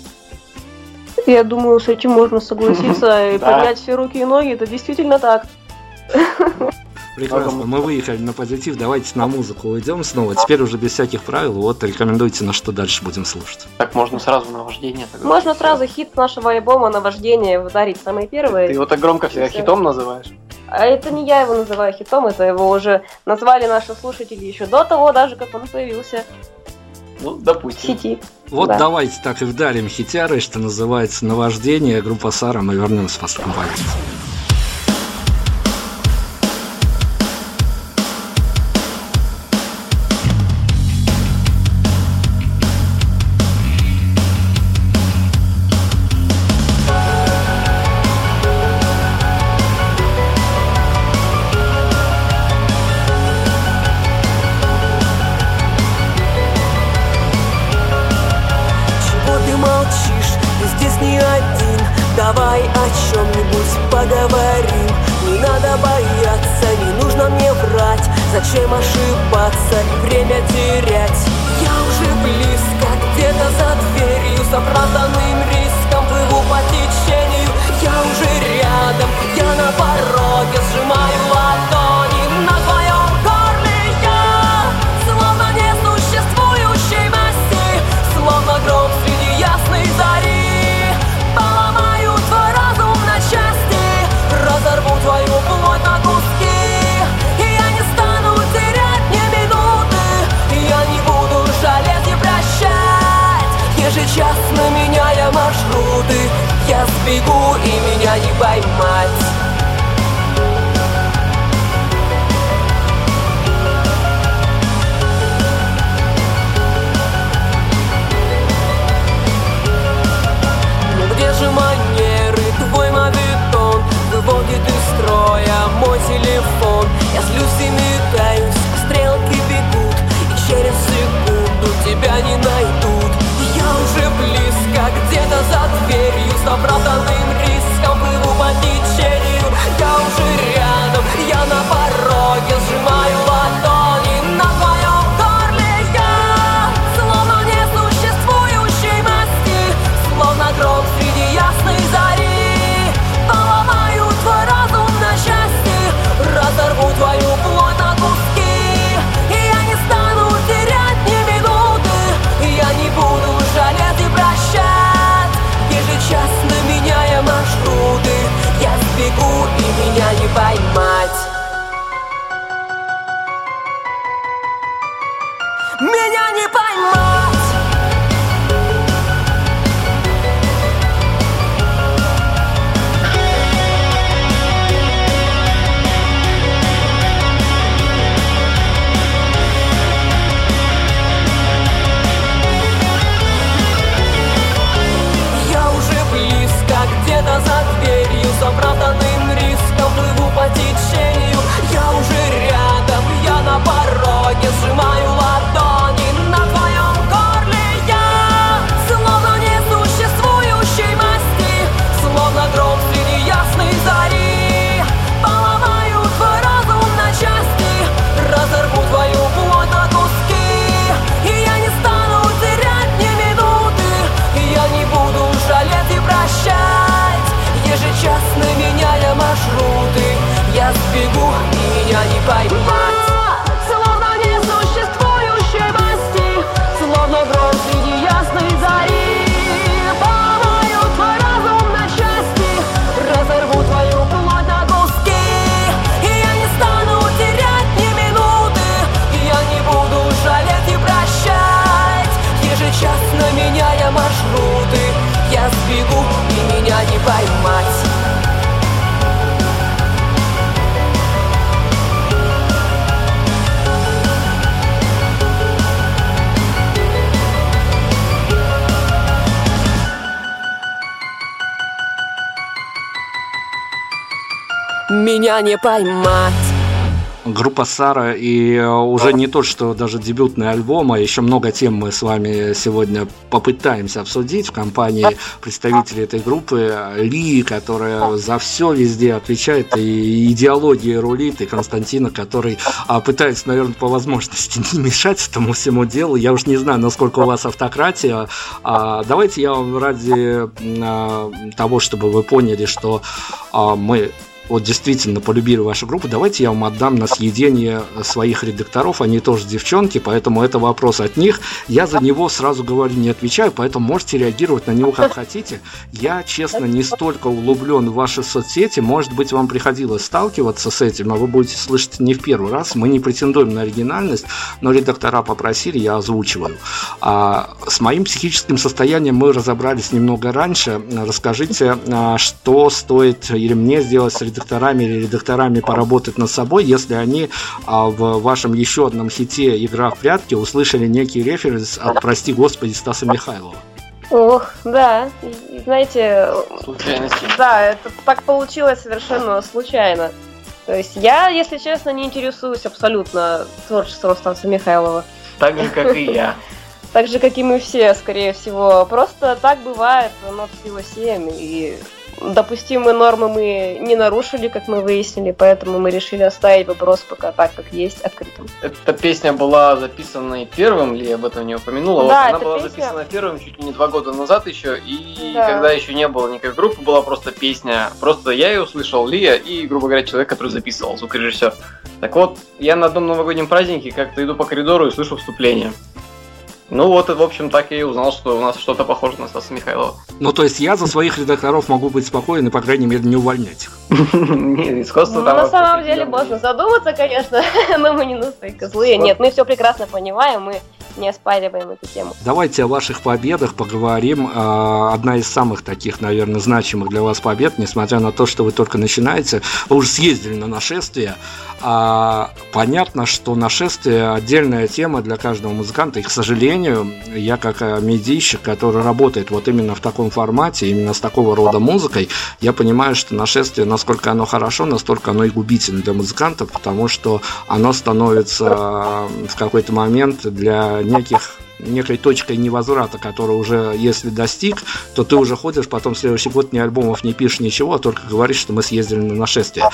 Я думаю, с этим можно согласиться и поднять все руки и ноги, это действительно так. Прекрасно, мы выехали на позитив, давайте на музыку уйдем снова. Теперь уже без всяких правил, вот рекомендуйте, на что дальше будем слушать. Так, можно сразу «Наваждение». Можно сразу хит нашего альбома «Наваждение» ударить самый первый. Ты его так громко всегда хитом называешь? А это не я его называю хитом, это его уже назвали наши слушатели еще до того, даже как он появился. Ну, допустим. В сети. Вот да. Давайте так и вдарим хитярой, что называется «Наваждение», группа Сара, мы вернемся после композиции. Давай о чем-нибудь поговорим. Не надо бояться, не нужно мне врать. Зачем ошибаться и время терять? Я уже близко, где-то за дверью, с оправданным риском плыву по течению. Я уже рядом, я на пороге, сжимаю ладони на твоем горле. Я словно несуществующей масти, словно гром среди ясной зари. Разорву твою плоть на куски, и я не стану терять ни минуты. Я не буду жалеть и прощать, ежечасно меняя маршруты. Я сбегу, и меня не поймать. Ну где же манеры, твой мавитон выводит из строя мой телефон. Я злюсь и метаюсь, стрелки бегут, и через секунду тебя не найдут. Я уже близко, где-то за дверью, с оправданным риском плыву по течению. Я уже рядом, я на пороге, сжимаю ладони на твоем горле. Я словно несуществующей масти, словно гром среди ясной зари. Поломаю твой разум на части, разорву твою плоть меня не поймать. Группа Сара, и уже не то, что даже дебютный альбом, а еще много тем мы с вами сегодня попытаемся обсудить в компании представителей этой группы. Ли, которая за все везде отвечает, и идеология рулит, и Константина, который а, пытается, наверное, по возможности не мешать этому всему делу. Я уж не знаю, насколько у вас автократия. А, давайте я вам ради а, того, чтобы вы поняли, что а, мы... вот действительно полюбили вашу группу, давайте я вам отдам на съедение своих редакторов, они тоже девчонки, поэтому это вопрос от них. Я за него, сразу говорю, не отвечаю, поэтому можете реагировать на него как хотите. Я, честно, не столько углублен в ваши соцсети, может быть, вам приходилось сталкиваться с этим, а вы будете слышать не в первый раз. Мы не претендуем на оригинальность, но редактора попросили, я озвучиваю. А с моим психическим состоянием мы разобрались немного раньше. Расскажите, что стоит или мне сделать с редакторами или редакторами поработать над собой, если они а, в вашем еще одном хите «Игра в прятки» услышали некий референс от, прости господи, Стаса Михайлова. Ох, да, и, знаете, Случайности. Да, это так получилось совершенно случайно. То есть я, если честно, не интересуюсь абсолютно творчеством Стаса Михайлова. Так же, как и я. Так же, как и мы все, скорее всего. Просто так бывает, нот всего семь, и допустимые нормы мы не нарушили, как мы выяснили, поэтому мы решили оставить вопрос пока так, как есть, открытым. Эта песня была записана первым, ли я об этом не упомянула. Да, вот она была песня... записана первым чуть ли не два года назад еще, и да. Когда еще не было никакой группы, была просто песня. Просто я ее услышал, Лия, и, грубо говоря, человек, который записывал, звукорежиссер. Так вот, я на одном новогоднем празднике как-то иду по коридору и слышу вступление. Ну вот, в общем, так я и узнал, что у нас что-то похоже на Стаса Михайлова. Ну, то есть я за своих редакторов могу быть спокоен и, по крайней мере, не увольнять их. Нет, сходство там... На самом деле можно задуматься, конечно, но мы не настолько злые. Нет, мы все прекрасно понимаем, мы не оспариваем эту тему. Давайте о ваших победах поговорим. Одна из самых таких, наверное, значимых для вас побед, несмотря на то, что вы только начинаете, вы уже съездили на нашествие. Понятно, что нашествие отдельная тема для каждого музыканта, и, к сожалению, я как медийщик, который работает вот именно в таком формате, именно с такого рода музыкой, я понимаю, что нашествие, насколько оно хорошо, настолько оно и губительно для музыкантов, потому что оно становится в какой-то момент для неких некой точкой невозврата, которую уже, если достиг, то ты уже ходишь, потом в следующий год ни альбомов не пишешь, ничего, а только говоришь, что мы съездили на нашествие.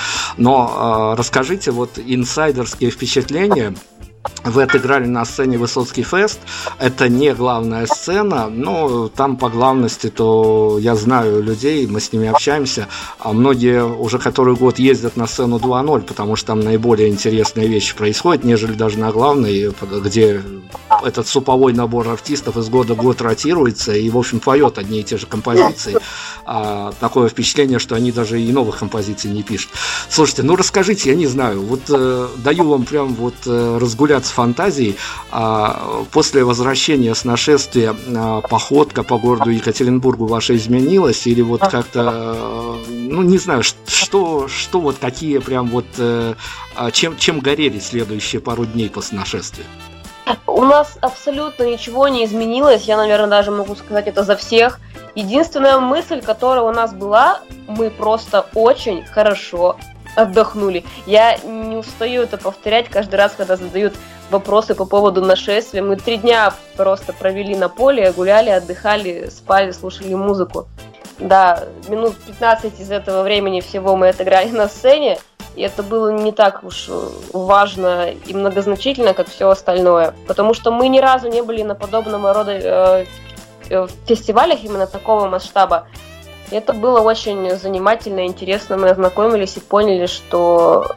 Но э, расскажите вот инсайдерские впечатления. Вы отыграли на сцене Высоцкий фест. Это не главная сцена, но там по главности, то я знаю людей, мы с ними общаемся, а многие уже который год ездят на сцену два ноль, потому что там наиболее интересные вещи происходят, нежели даже на главной, где этот суповой набор артистов из года в год ротируется и, в общем, поет одни и те же композиции. А, такое впечатление, что они даже и новых композиций не пишут. Слушайте, ну расскажите, я не знаю, вот э, даю вам прям вот э, разгуляться фантазией. А, после возвращения с нашествия а, походка по городу Екатеринбургу ваша изменилась или вот как-то, э, ну не знаю, что, что вот такие прям вот, э, чем, чем горели следующие пару дней после нашествия? У нас абсолютно ничего не изменилось, я, наверное, даже могу сказать это за всех. Единственная мысль, которая у нас была, мы просто очень хорошо отдохнули. Я не устаю это повторять каждый раз, когда задают вопросы по поводу нашествия. Мы три дня просто провели на поле, гуляли, отдыхали, спали, слушали музыку. Да, минут пятнадцать из этого времени всего мы отыграли на сцене, и это было не так уж важно и многозначительно, как все остальное, потому что мы ни разу не были на подобного рода э, э, фестивалях именно такого масштаба. И это было очень занимательно, интересно. Мы ознакомились и поняли, что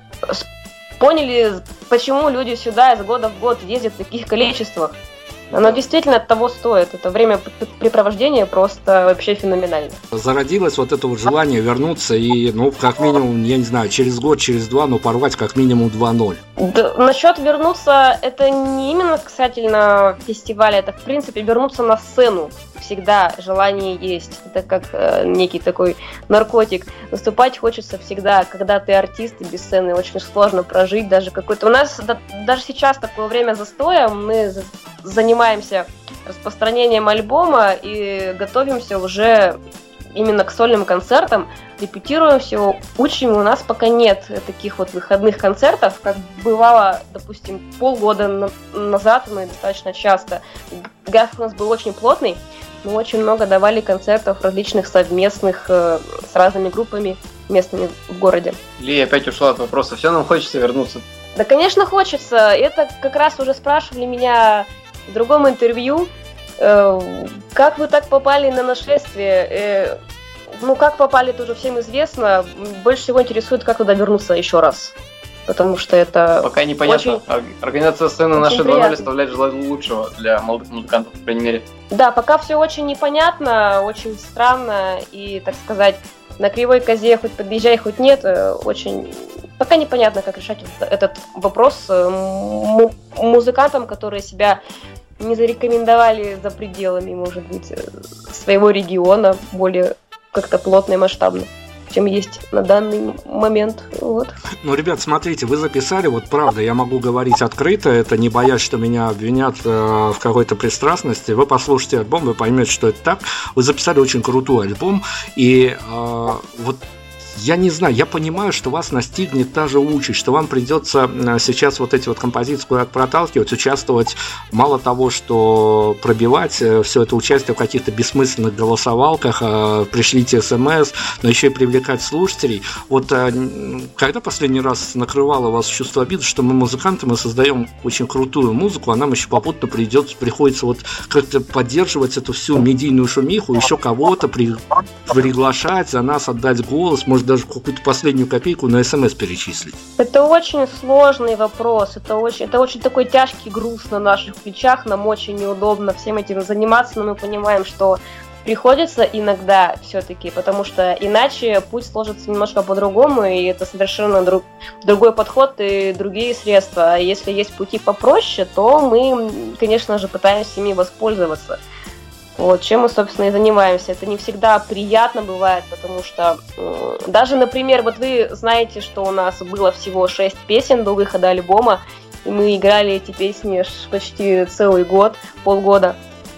поняли, почему люди сюда из года в год ездят в таких количествах. Оно действительно от того стоит. Это времяпрепровождение просто вообще феноменально. Зародилось вот это вот желание вернуться и, ну, как минимум, я не знаю, через год, через два, но порвать как минимум два ноль. Да, насчет вернуться, это не именно касательно фестиваля, это, в принципе, вернуться на сцену. Всегда желание есть. Это как э, некий такой наркотик. Выступать хочется всегда, когда ты артист, и без сцены очень сложно прожить даже какой-то. У нас да, даже сейчас такое время застоя, мы занимаемся распространением альбома и готовимся уже именно к сольным концертам. Репетируем все, учим, у нас пока нет таких вот выходных концертов, как бывало, допустим, полгода на- назад, мы достаточно часто. График у нас был очень плотный, мы очень много давали концертов различных совместных э, с разными группами местными в городе. Ли опять ушла от вопроса, все нам хочется вернуться. Да, конечно, хочется. Это как раз уже спрашивали меня в другом интервью, э, как вы так попали на нашествие. Э, ну, как попали, это уже всем известно. Больше всего интересует, как туда вернуться еще раз. Потому что это Пока непонятно. очень, Организация сцены очень нашей два ноль приятно. оставляет желать лучшего для молодых музыкантов, по крайней мере. Да, пока все очень непонятно, очень странно. И, так сказать, на кривой козе хоть подъезжай, хоть нет, э, очень... Пока непонятно, как решать этот вопрос м- музыкантам, которые себя не зарекомендовали за пределами, может быть, своего региона, более как-то плотно и масштабно, чем есть на данный момент. Вот. Ну, ребят, смотрите, вы записали, вот правда, я могу говорить открыто, это не боясь, что меня обвинят э, в какой-то пристрастности. Вы послушайте альбом, вы поймете, что это так. Вы записали очень крутой альбом, и э, вот я не знаю, я понимаю, что вас настигнет та же участь, что вам придется сейчас вот эти вот композиции куда-то проталкивать, участвовать, мало того, что пробивать все это участие в каких-то бессмысленных голосовалках, пришлите смс, но еще и привлекать слушателей. Вот когда последний раз накрывало вас чувство обиды, что мы музыканты, мы создаем очень крутую музыку, а нам еще попутно придется, приходится вот как-то поддерживать эту всю медийную шумиху, еще кого-то при, приглашать, за нас отдать голос, может даже какую-то последнюю копейку на смс перечислить? Это очень сложный вопрос, это очень, это очень такой тяжкий груз на наших плечах, нам очень неудобно всем этим заниматься, но мы понимаем, что приходится иногда все-таки, потому что иначе путь сложится немножко по-другому, и это совершенно друг, другой подход и другие средства. А если есть пути попроще, то мы, конечно же, пытаемся ими воспользоваться. Вот, чем мы, собственно, и занимаемся. Это не всегда приятно бывает, потому что э, даже, например, вот вы знаете, что у нас было всего шесть песен до выхода альбома, и мы играли эти песни почти целый год, полгода.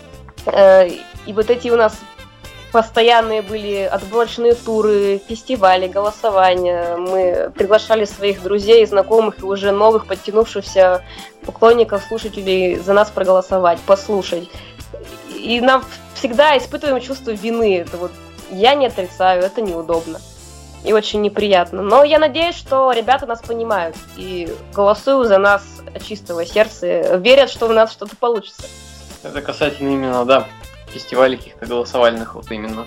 Э, и вот эти у нас постоянные были отборочные туры, фестивали, голосования. Мы приглашали своих друзей, знакомых и уже новых подтянувшихся поклонников, слушателей за нас проголосовать, послушать. И нам всегда испытываем чувство вины. Это вот я не отрицаю, это неудобно. И очень неприятно. Но я надеюсь, что ребята нас понимают и голосуют за нас от чистого сердца, верят, что у нас что-то получится. Это касательно именно, да, фестивалей каких-то голосовальных, вот именно.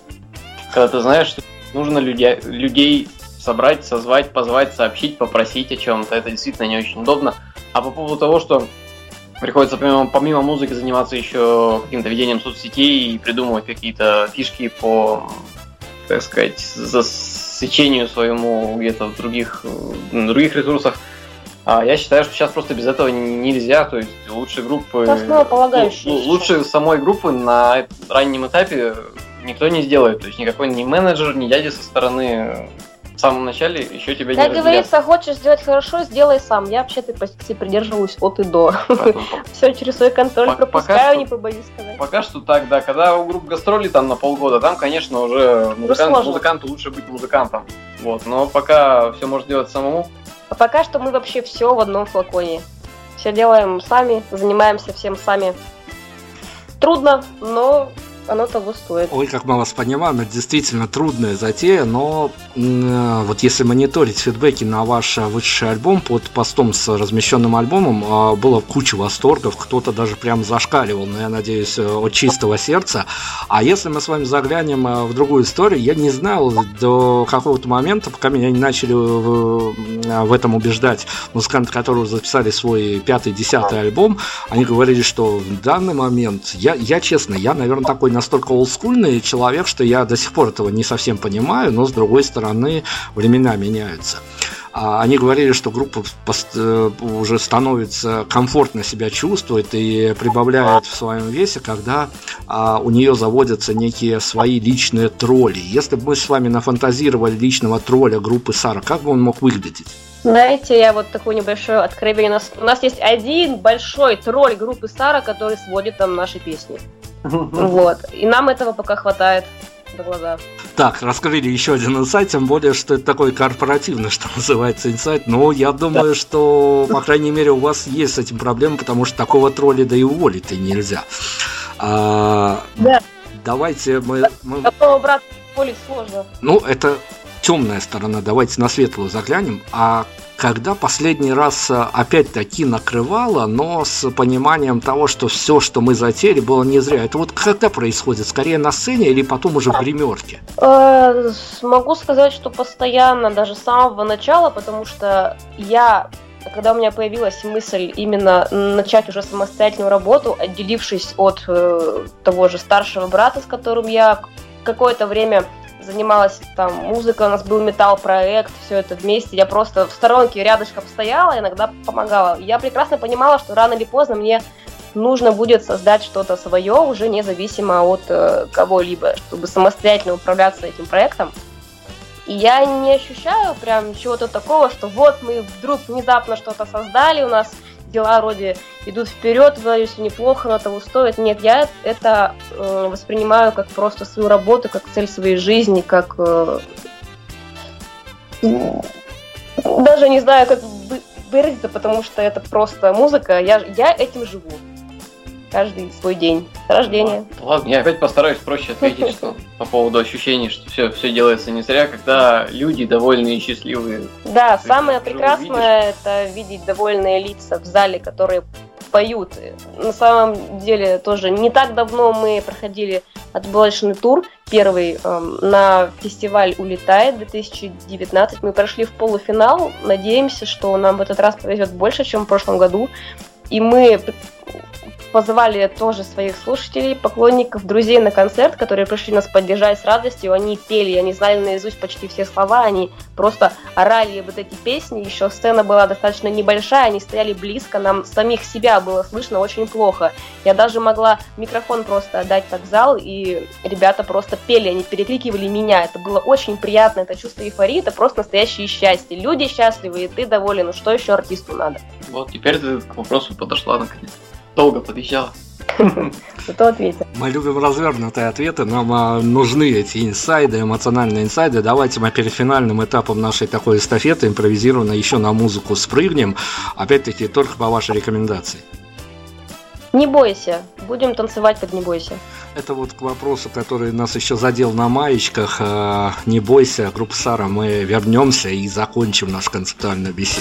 Когда ты знаешь, что нужно людей, людей собрать, созвать, позвать, сообщить, попросить о чем-то. Это действительно не очень удобно. А по поводу того, что приходится помимо, помимо музыки заниматься еще каким-то ведением соцсетей и придумывать какие-то фишки по, так сказать, засечению своему где-то в других, на других ресурсах. А я считаю, что сейчас просто без этого нельзя. То есть лучшие группы, основополагающие, л- лучше самой группы на раннем этапе никто не сделает. То есть никакой ни менеджер, ни дядя со стороны в самом начале еще тебя как не разделят. Как говорится, хочешь сделать хорошо, сделай сам. Я вообще этой позиции придерживаюсь от и до. Все через свой контроль пропускаю, не побоюсь сказать. Пока что так, да. Когда у групп гастроли там на полгода, там, конечно, уже музыкант, музыканту лучше быть музыкантом. Вот. Но пока все можно делать самому. А пока что мы вообще все в одном флаконе. Все делаем сами, занимаемся всем сами. Трудно, но оно того стоит. Ой, как мы вас понимаем, это действительно трудная затея, но э, вот если мониторить фидбэки на ваш вышедший альбом, под постом с размещенным альбомом э, было куча восторгов, кто-то даже прям зашкаливал, но я надеюсь, от чистого сердца. А если мы с вами заглянем э, в другую историю, я не знал до какого-то момента, пока меня не начали в, в этом убеждать музыканты, которые записали свой пятый, десятый альбом, они говорили, что в данный момент, я, я честно, я, наверное, такой настолько олдскульный человек, что я до сих пор этого не совсем понимаю, но с другой стороны времена меняются. Они говорили, что группа уже становится комфортно себя чувствует и прибавляет в своем весе, когда у нее заводятся некие свои личные тролли. Если бы мы с вами нафантазировали личного тролля группы Сара, как бы он мог выглядеть? Знаете, я вот такое небольшое откровение. У нас, у нас есть один большой тролль группы Сара, который сводит там наши песни. Вот. И нам этого пока хватает. за глаза. Так, раскрыли еще один инсайт, тем более, что это такой корпоративный, что называется, инсайт. Но я думаю, да. что, по крайней мере, у вас есть с этим проблемы, потому что такого тролля да и уволить-то нельзя. А, да. Давайте мы... мы... Такого брата уволить сложно. Ну, это темная сторона, давайте на светлую заглянем. А когда последний раз опять-таки накрывало, но с пониманием того, что все, что мы затеяли, было не зря. Это вот когда происходит? Скорее на сцене или потом уже в гримерке? Э, могу сказать, что постоянно, даже с самого начала, потому что я, когда у меня появилась мысль именно начать уже самостоятельную работу, отделившись от э, того же старшего брата, с которым я какое-то время занималась там музыкой, у нас был металл-проект, все это вместе, я просто в сторонке рядышком стояла, иногда помогала. Я прекрасно понимала, что рано или поздно мне нужно будет создать что-то свое, уже независимо от э, кого-либо, чтобы самостоятельно управляться этим проектом. И я не ощущаю прям чего-то такого, что вот мы вдруг внезапно что-то создали, у нас дела вроде идут вперед, вроде все неплохо, но того стоит. Нет, я это э, воспринимаю как просто свою работу, как цель своей жизни, как... Э, даже не знаю, как выразиться, потому что это просто музыка, я, я этим живу. Каждый свой день рождения. Ладно, я опять постараюсь проще ответить, что по поводу ощущений, что все, все делается не зря, когда люди довольные и счастливые. Да, самое прекрасное – это видеть довольные лица в зале, которые поют. На самом деле тоже не так давно мы проходили отборочный тур, первый эм, на фестиваль «Улетает» две тысячи девятнадцать. Мы прошли в полуфинал, надеемся, что нам в этот раз повезет больше, чем в прошлом году. И мы позвали тоже своих слушателей, поклонников, друзей на концерт, которые пришли нас поддержать с радостью. Они пели, они знали наизусть почти все слова, они просто орали вот эти песни. Еще сцена была достаточно небольшая, они стояли близко, нам самих себя было слышно очень плохо. Я даже могла микрофон просто отдать так в зал, и ребята просто пели, они перекрикивали меня. Это было очень приятно, это чувство эйфории, это просто настоящее счастье. Люди счастливы, и ты доволен, ну что еще артисту надо? Вот, теперь ты к вопросу подошла наконец. Долго подъезжала. Зато ответил. Мы любим развернутые ответы, нам а, нужны эти инсайды, эмоциональные инсайды. Давайте мы перед финальным этапом нашей такой эстафеты импровизированно еще на музыку спрыгнем. Опять-таки, только по вашей рекомендации. Не бойся, будем танцевать под «Не бойся». Это вот к вопросу, который нас еще задел на маечках. Не бойся, группа Сара, мы вернемся и закончим нашу концептуальную беседу.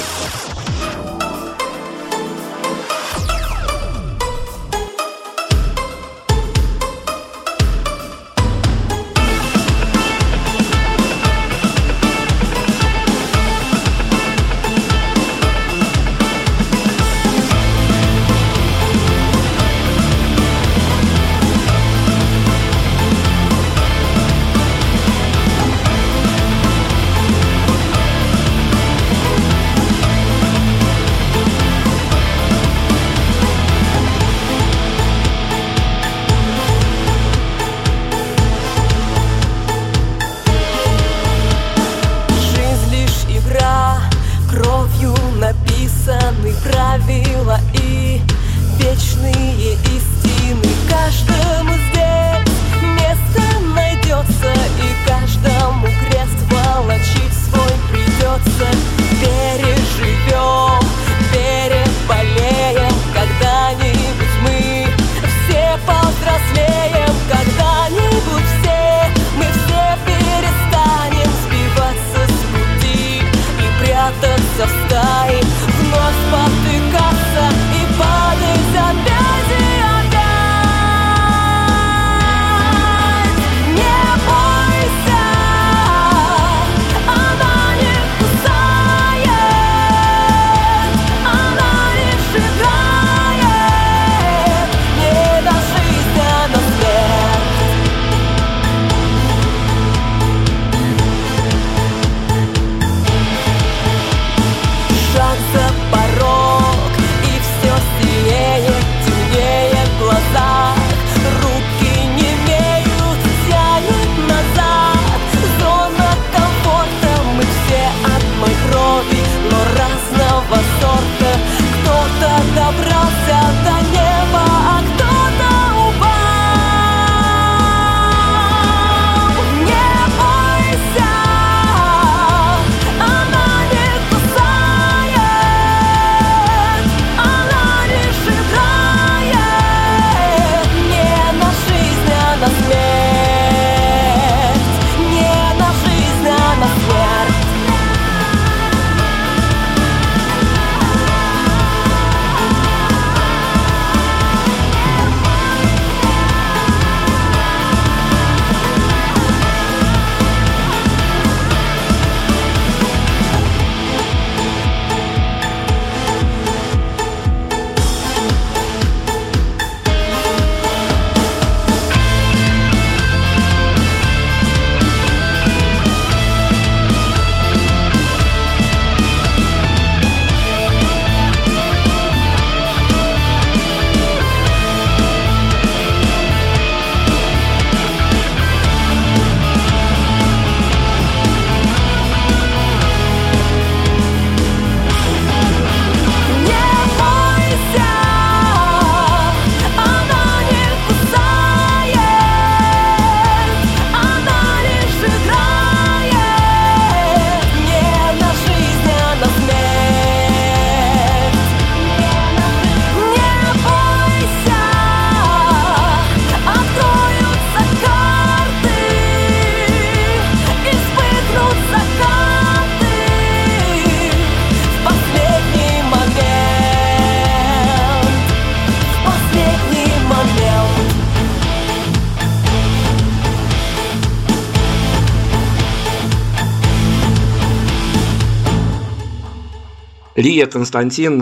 Лия, Константин,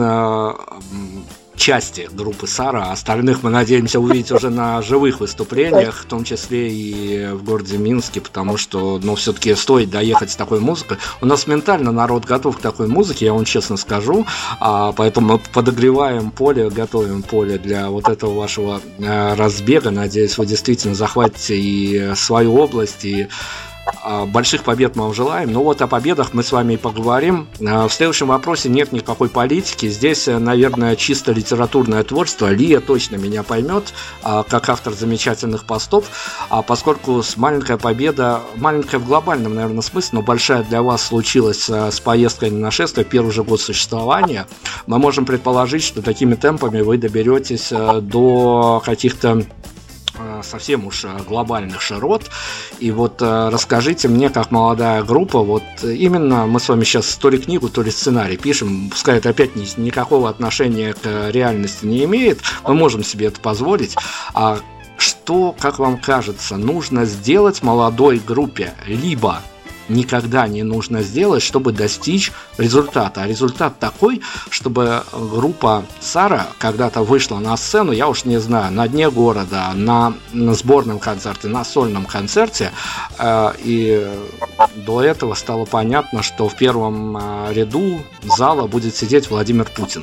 части группы Сара. Остальных мы надеемся увидеть уже на живых выступлениях, в том числе и в городе Минске, потому что, ну, все-таки стоит доехать с такой музыкой. У нас ментально народ готов к такой музыке, я вам честно скажу, а, поэтому мы подогреваем поле, готовим поле для вот этого вашего а, разбега. Надеюсь, вы действительно захватите и свою область, и больших побед мы вам желаем. Ну вот о победах мы с вами и поговорим. В следующем вопросе нет никакой политики. Здесь, наверное, чисто литературное творчество. Лия точно меня поймет, как автор замечательных постов. Поскольку с маленькая победа, маленькая в глобальном, наверное, смысле, но большая для вас случилась с поездкой на нашествие, первый же год существования, мы можем предположить, что такими темпами вы доберетесь до каких-то совсем уж глобальных широт. И вот расскажите мне, как молодая группа, вот именно мы с вами сейчас то ли книгу, то ли сценарий пишем, пускай это опять ни, никакого отношения к реальности не имеет, мы можем себе это позволить. А что, как вам кажется, нужно сделать молодой группе, либо никогда не нужно сделать, чтобы достичь результата. А результат такой, чтобы группа Сара когда-то вышла на сцену, я уж не знаю, на дне города, на, на сборном концерте, на сольном концерте, э, и до этого стало понятно, что в первом э, ряду зала будет сидеть Владимир Путин.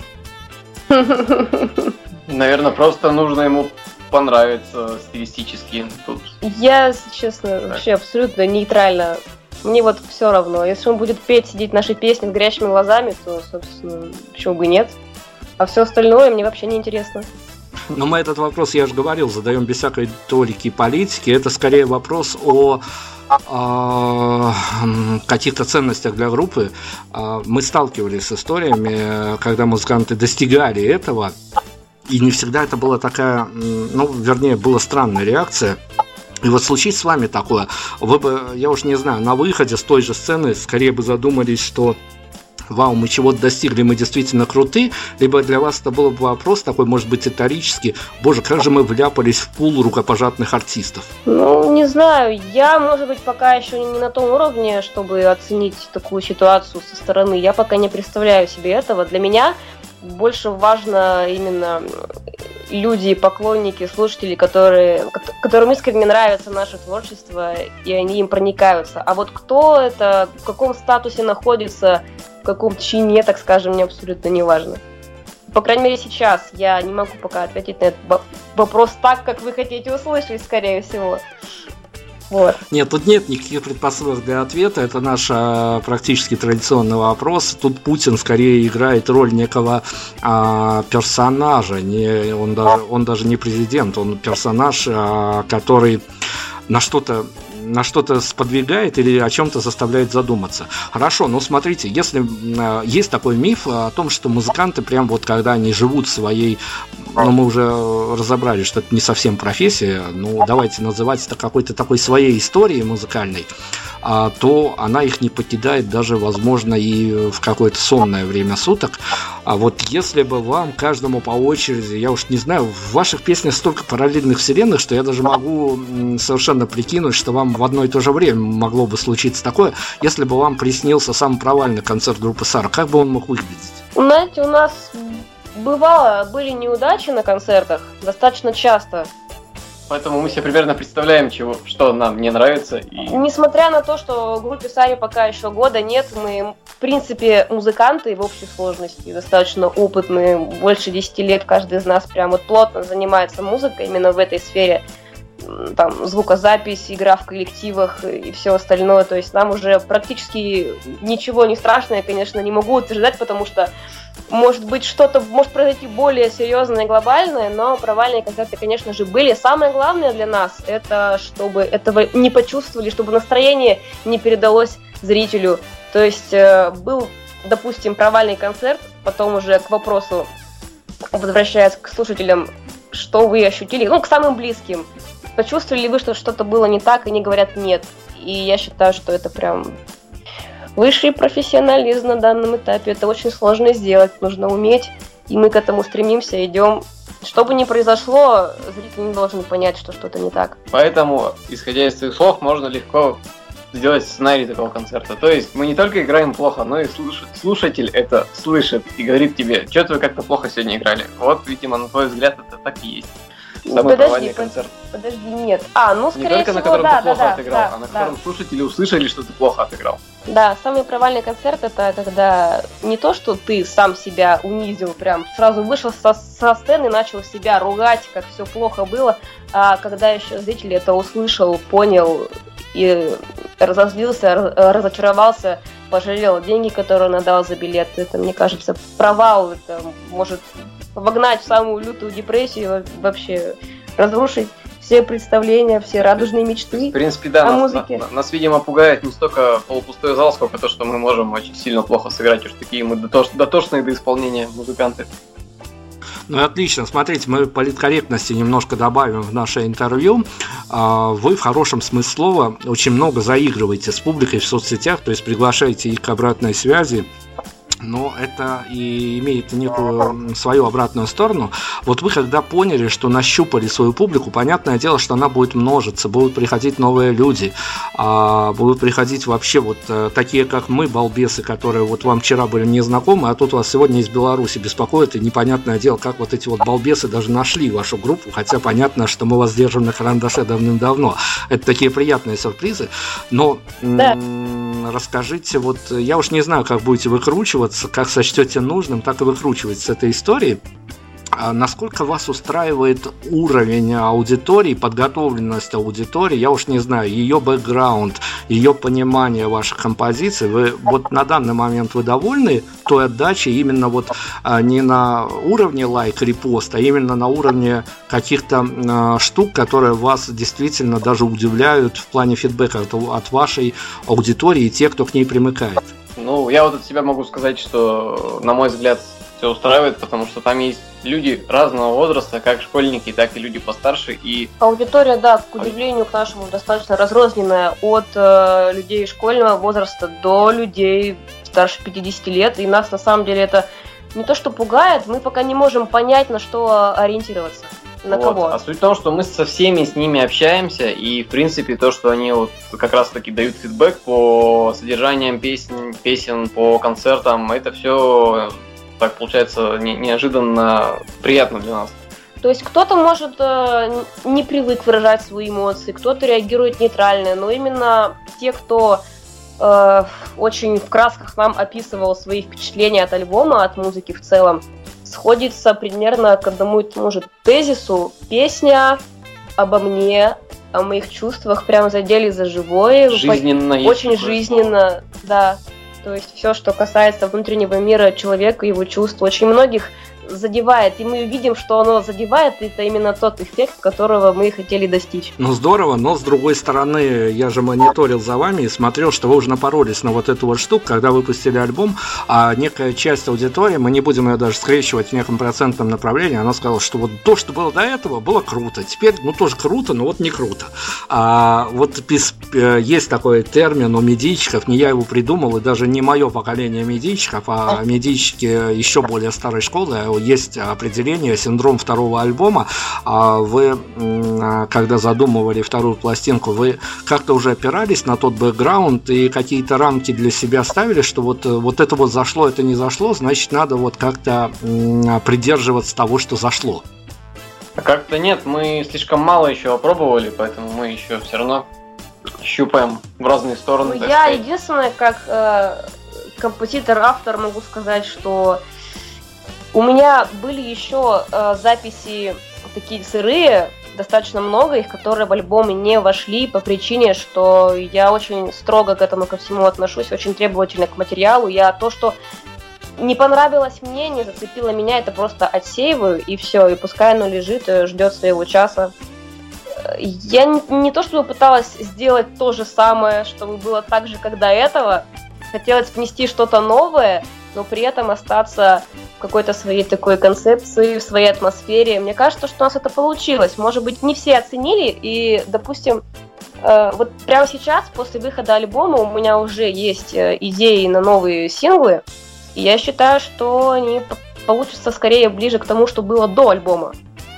Наверное, просто нужно ему понравиться стилистически. Тут. Я, если честно, вообще абсолютно нейтрально. Мне вот все равно. Если он будет петь, сидеть наши песни с горящими глазами, то, собственно, почему бы нет. А все остальное мне вообще не интересно. Но мы этот вопрос, я же говорил, задаем без всякой толики политики. Это скорее вопрос о, о каких-то ценностях для группы. Мы сталкивались с историями, когда музыканты достигали этого, и не всегда это была такая, ну, вернее, была странная реакция. И вот случись с вами такое, вы бы, я уж не знаю, на выходе с той же сцены скорее бы задумались, что вау, мы чего-то достигли, мы действительно круты, либо для вас это был бы вопрос такой, может быть, риторический, боже, как же мы вляпались в пул рукопожатных артистов? Ну, не знаю, я, может быть, пока еще не на том уровне, чтобы оценить такую ситуацию со стороны, я пока не представляю себе этого. Для меня больше важно именно люди, поклонники, слушатели, которые, которым искренне нравится наше творчество, и они им проникаются. А вот кто это, в каком статусе находится, в каком чине, так скажем, мне абсолютно не важно. По крайней мере, сейчас я не могу пока ответить на этот вопрос так, как вы хотите услышать, скорее всего. Вот. Нет, тут нет никаких предпосылок для ответа, это наш а, практически традиционный вопрос. Тут Путин скорее играет роль некого а, персонажа, не, он, даже, он даже не президент, он персонаж, а, который на что-то на что-то сподвигает или о чем-то заставляет задуматься. Хорошо, ну смотрите, если э, есть такой миф о том, что музыканты прям вот когда они живут своей, ну мы уже разобрали, что это не совсем профессия, ну давайте называть это какой-то такой своей историей музыкальной, а, то она их не покидает даже, возможно, и в какое-то сонное время суток. А вот если бы вам, каждому по очереди, я уж не знаю, в ваших песнях столько параллельных вселенных, что я даже могу совершенно прикинуть, что вам в одно и то же время могло бы случиться такое, если бы вам приснился самый провальный концерт группы Сара, как бы он мог выглядеть? Знаете, у нас бывало, были неудачи на концертах достаточно часто. Поэтому мы себе примерно представляем, чего, что нам не нравится. И... Несмотря на то, что группе Саре пока еще года нет, мы, в принципе, музыканты в общей сложности, достаточно опытные, больше десяти лет каждый из нас прям вот плотно занимается музыкой именно в этой сфере. Там звукозапись, игра в коллективах и все остальное, то есть нам уже практически ничего не страшно, я, конечно, не могу утверждать, потому что может быть что-то, может произойти более серьезное и глобальное, но провальные концерты, конечно же, были. Самое главное для нас, это чтобы этого не почувствовали, чтобы настроение не передалось зрителю, то есть э, был, допустим, провальный концерт, потом уже к вопросу, возвращаясь к слушателям, что вы ощутили, ну, к самым близким, почувствовали ли вы, что что-то было не так, и они говорят нет. И я считаю, что это прям высший профессионализм на данном этапе. Это очень сложно сделать, нужно уметь, и мы к этому стремимся, идем. Что бы ни произошло, зритель не должен понять, что что-то не так. Поэтому, исходя из твоих слов, можно легко сделать сценарий такого концерта. То есть мы не только играем плохо, но и слушатель это слышит и говорит тебе, что-то вы как-то плохо сегодня играли. Вот, видимо, на твой взгляд, это так и есть. Самый провальный концерт. Подожди, нет. А, ну, скорее не только всего, на котором да, ты плохо да, отыграл, да, а на да. котором слушатели услышали, что ты плохо отыграл. Да, самый провальный концерт — это когда не то, что ты сам себя унизил, прям сразу вышел со, со сцены и начал себя ругать, как все плохо было, а когда еще зритель это услышал, понял и разозлился, разочаровался, пожалел деньги, которые он отдал за билет. Это, мне кажется, провал, это может вогнать в самую лютую депрессию, вообще разрушить все представления, все радужные мечты. В принципе, да, о нас, музыке. Нас, нас, видимо, пугает не столько полупустой зал, сколько то, что мы можем очень сильно плохо сыграть, уж такие мы дотош, дотошные до исполнения музыканты. Ну, отлично. Смотрите, мы политкорректности немножко добавим в наше интервью. Вы в хорошем смысле слова очень много заигрываете с публикой в соцсетях, то есть приглашаете их к обратной связи. Но это и имеет некую свою обратную сторону. Вот вы когда поняли, что нащупали свою публику, понятное дело, что она будет множиться, будут приходить новые люди, а будут приходить вообще вот такие, как мы, балбесы, которые вот вам вчера были незнакомы, а тут вас сегодня из Беларуси беспокоит, и непонятное дело, как вот эти вот балбесы даже нашли вашу группу, хотя понятно, что мы вас держим на карандаше давным-давно. Это такие приятные сюрпризы, но... Да. Расскажите, вот я уж не знаю, как будете выкручиваться, как сочтете нужным, так и выкручивать с этой историей. А насколько вас устраивает уровень аудитории, подготовленность аудитории, я уж не знаю, ее бэкграунд, ее понимание ваших композиций, вы вот на данный момент вы довольны той отдачей именно вот а, не на уровне лайк, репост, а именно на уровне каких-то а, штук, которые вас действительно даже удивляют в плане фидбэка от, от вашей аудитории и тех, кто к ней примыкает? Ну, я вот от себя могу сказать, что, на мой взгляд, все устраивает, потому что там есть люди разного возраста, как школьники, так и люди постарше. И аудитория, да, к удивлению к нашему, достаточно разрозненная, от э, людей школьного возраста до людей старше пятидесяти лет. И нас на самом деле это не то, что пугает, мы пока не можем понять, на что ориентироваться. На вот. кого. А суть в том, что мы со всеми с ними общаемся, и в принципе то, что они вот как раз таки дают фидбэк по содержаниям песен, песен по концертам, это все так получается не, неожиданно приятно для нас. То есть кто-то может э, не привык выражать свои эмоции, кто-то реагирует нейтрально, но именно те, кто э, очень в красках нам описывал свои впечатления от альбома, от музыки в целом, сходится примерно к одному и тому же тезису. Песня обо мне, о моих чувствах прям задели за живое. Жизненно. Очень жизненно, да. То есть все, что касается внутреннего мира человека, его чувств, очень многих задевает, и мы видим, что оно задевает, и это именно тот эффект, которого мы хотели достичь. Ну здорово, но с другой стороны, я же мониторил за вами и смотрел, что вы уже напоролись на вот эту вот штуку, когда выпустили альбом, а некая часть аудитории, мы не будем ее даже скрещивать в неком процентном направлении, она сказала, что вот то, что было до этого, было круто, теперь, ну тоже круто, но вот не круто. А вот есть такой термин у медийщиков, не я его придумал, и даже не мое поколение медийщиков, а медийщики еще более старой школы, есть определение синдром второго альбома. Вы, когда задумывали вторую пластинку, вы как-то уже опирались на тот бэкграунд и какие-то рамки для себя ставили, что вот, вот это вот зашло, это не зашло, значит, надо вот как-то придерживаться того, что зашло? Как-то нет, мы слишком мало еще опробовали, поэтому мы еще все равно щупаем в разные стороны. Ну, я сказать. Единственное, как э, композитор, автор могу сказать, что у меня были еще э, записи такие сырые, достаточно много их, которые в альбомы не вошли по причине, что я очень строго к этому ко всему отношусь, очень требовательно к материалу. Я то, что не понравилось мне, не зацепило меня, это просто отсеиваю, и все, и пускай оно лежит, ждет своего часа. Я не, не то, чтобы пыталась сделать то же самое, чтобы было так же, как до этого. Хотелось внести что-то новое, но при этом остаться в какой-то своей такой концепции, в своей атмосфере. Мне кажется, что у нас это получилось. Может быть, не все оценили, и, допустим, э, вот прямо сейчас, после выхода альбома, у меня уже есть идеи на новые синглы, и я считаю, что они получатся скорее ближе к тому, что было до альбома.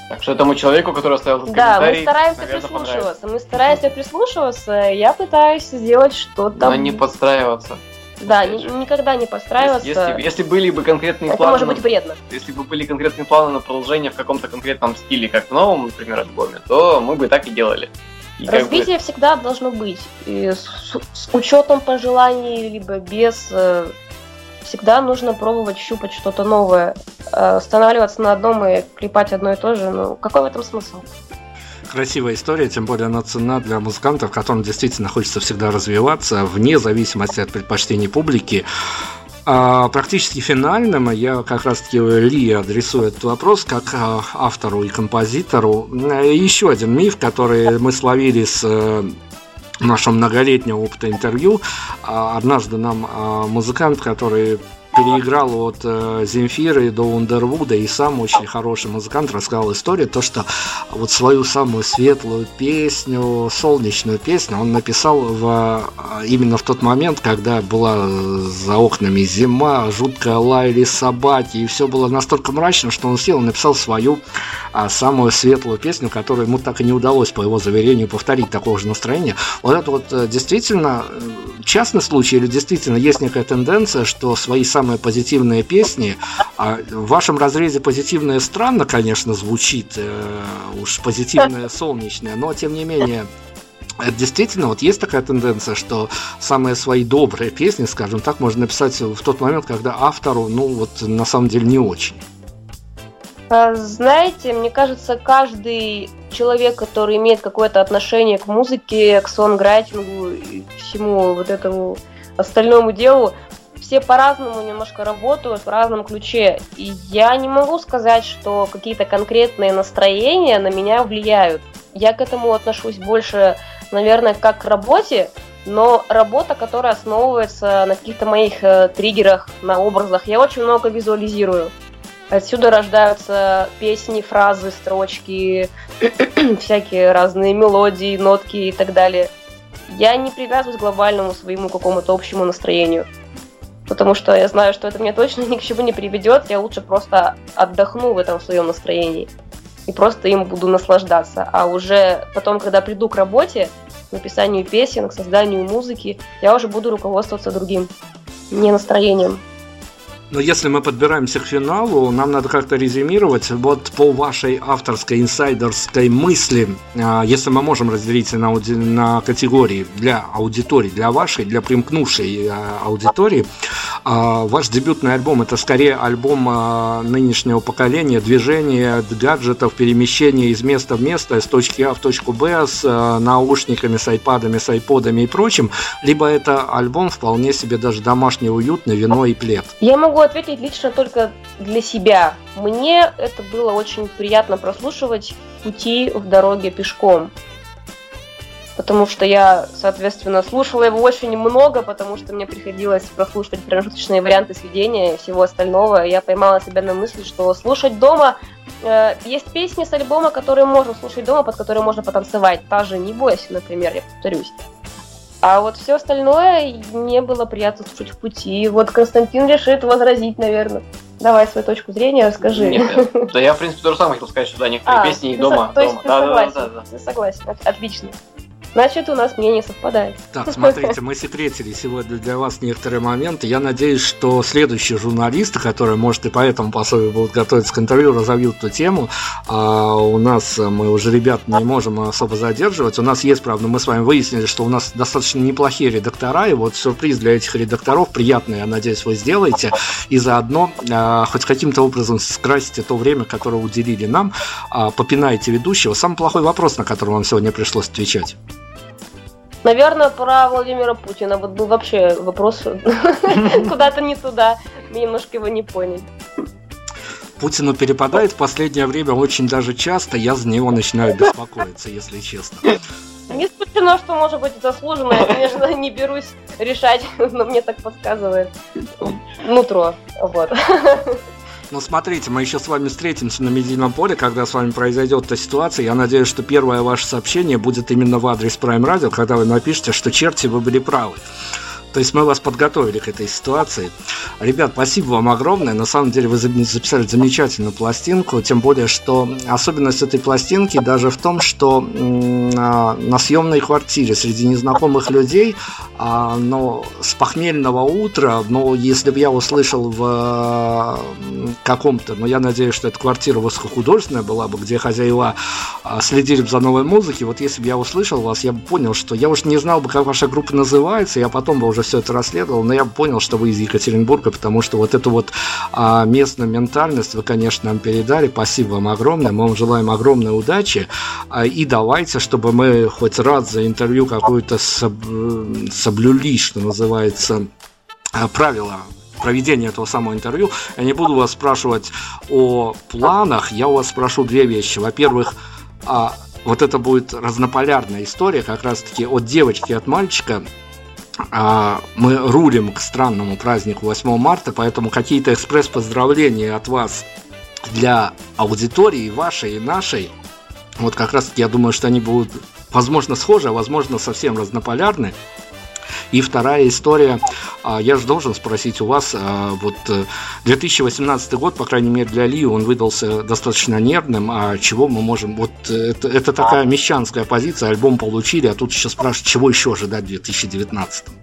Так что этому человеку, который оставил этот Да, мы комментарий, стараемся наверное, прислушиваться. Мы стараемся прислушиваться. Я пытаюсь сделать что-то. Но не подстраиваться. Да, опять ни- же. никогда не подстраиваться. Если, если были бы конкретные Это планы, может на- быть вредно. если бы были конкретные планы на продолжение в каком-то конкретном стиле, как в новом, например, альбоме, то мы бы так и делали. И как бы- Развитие всегда должно быть. И с, с учетом пожеланий, либо без. э, Всегда нужно пробовать щупать что-то новое. Э, Останавливаться на одном и клепать одно и то же. Ну, какой в этом смысл? Красивая история, тем более она ценна для музыкантов, которым действительно хочется всегда развиваться, вне зависимости от предпочтений публики. А, практически финальным я как раз-таки Ли адресую этот вопрос как а, автору и композитору. Э, Еще один миф, который мы словили с э, нашего многолетнего опыта интервью. А, Однажды нам а, музыкант, который переиграл от э, Земфиры до Ундервуда, и сам очень хороший музыкант, рассказал историю, то, что вот свою самую светлую песню, солнечную песню он написал в, э, именно в тот момент, когда была за окнами зима, жутко лаяли собаки, и все было настолько мрачно, что он сел и написал свою а, самую светлую песню, которую ему так и не удалось, по его заверению, повторить такого же настроения. Вот это вот э, действительно э, частный случай, или действительно есть некая тенденция, что свои самые позитивные песни, а в вашем разрезе позитивное странно, конечно, звучит, э, уж позитивное солнечное, но тем не менее это действительно вот есть такая тенденция, что самые свои добрые песни, скажем так, можно написать в тот момент, когда автору, ну вот на самом деле не очень. А, Знаете, мне кажется, каждый человек, который имеет какое-то отношение к музыке, к сонграйтингу и всему вот этому остальному делу, все по-разному немножко работают, в разном ключе. И я не могу сказать, что какие-то конкретные настроения на меня влияют. Я к этому отношусь больше, наверное, как к работе, но работа, которая основывается на каких-то моих э, триггерах, на образах. Я очень много визуализирую. Отсюда рождаются песни, фразы, строчки, всякие разные мелодии, нотки и так далее. Я не привязываюсь к глобальному своему какому-то общему настроению. Потому что я знаю, что это меня точно ни к чему не приведет, я лучше просто отдохну в этом своем настроении и просто им буду наслаждаться. А уже потом, когда приду к работе, к написанию песен, к созданию музыки, я уже буду руководствоваться другим, не настроением. Но если мы подбираемся к финалу, нам надо как-то резюмировать. Вот по вашей авторской, инсайдерской мысли, если мы можем разделить на, ауди... на категории для аудитории, для вашей, для примкнувшей аудитории, ваш дебютный альбом — это скорее альбом нынешнего поколения, движения гаджетов, перемещения из места в место, из точки А в точку Б, с наушниками, с айпадами, с айподами и прочим, либо это альбом вполне себе даже домашний, уютный, вино и плед? Я могу ответить лично только для себя. Мне это было очень приятно прослушивать в пути, в дороге пешком. Потому что я, соответственно, слушала его очень много, потому что мне приходилось прослушивать промежуточные варианты сведения и всего остального. И я поймала себя на мысли, что слушать дома... Э, есть песни с альбома, которые можно слушать дома, под которые можно потанцевать. Та же «Не бойся», например, я повторюсь. А вот все остальное не было приятно слушать в пути. И вот Константин решит возразить, наверное. Давай свою точку зрения, расскажи. Нет, да я, в принципе, тоже самое хотел сказать, что да, некоторые А, песни и ты дома. со- то есть дома. ты Да, да, согласен, да, да, да. ты согласен, От- отлично. Значит, у нас мнение совпадает. Так, смотрите, мы секретили сегодня для вас некоторые моменты. Я надеюсь, что следующие журналисты, которые, может, и по этому пособию будут готовиться к интервью, разовьют эту тему. А у нас, мы уже ребят не можем особо задерживать. У нас есть, правда, мы с вами выяснили, что у нас достаточно неплохие редактора, и вот сюрприз для этих редакторов приятный, я надеюсь, вы сделаете. И заодно а, хоть каким-то образом скрасите то время, которое уделили нам, а, попинайте ведущего. Самый плохой вопрос, на который вам сегодня пришлось отвечать. Наверное, про Владимира Путина. Вот был вообще вопрос куда-то не туда. Мы немножко его не поняли. Путину перепадает в последнее время очень даже часто. Я за него начинаю беспокоиться, если честно. Не исключено, что может быть заслуженно. Я, конечно, не берусь решать, но мне так подсказывает нутро. Вот. Ну, смотрите, мы еще с вами встретимся на медийном поле, когда с вами произойдет эта ситуация. Я надеюсь, что первое ваше сообщение будет именно в адрес Prime Radio, когда вы напишете, что черти, вы были правы. То есть мы вас подготовили к этой ситуации. Ребят, спасибо вам огромное. На самом деле вы записали замечательную пластинку. Тем более, что особенность этой пластинки даже в том, что на съемной квартире среди незнакомых людей, но с похмельного утра, но если бы я услышал в каком-то, но я надеюсь, что эта квартира высокохудожественная была бы, где хозяева следили бы за новой музыкой, вот если бы я услышал вас, я бы понял, что я уж не знал бы, как ваша группа называется, я потом бы уже все это расследовал, но я понял, что вы из Екатеринбурга, потому что вот эту вот а, местную ментальность вы, конечно, нам передали. Спасибо вам огромное. Мы вам желаем огромной удачи. А, и давайте, чтобы мы хоть раз за интервью какую-то соб... соблюли, что называется, правила проведения этого самого интервью. Я не буду вас спрашивать о планах. Я у вас спрошу две вещи. Во-первых, а, вот это будет разнополярная история, как раз-таки от девочки и от мальчика. Мы рулим к странному празднику восьмого марта, поэтому какие-то экспресс-поздравления от вас для аудитории вашей и нашей, вот как раз таки я думаю, что они будут, возможно, схожи, а возможно, совсем разнополярны. И вторая история, я же должен спросить у вас, вот две тысячи восемнадцатый год, по крайней мере для Лии, он выдался достаточно нервным, а чего мы можем, вот это, это такая мещанская позиция, альбом получили, а тут еще спрашивают, чего еще ожидать в две тысячи девятнадцатом?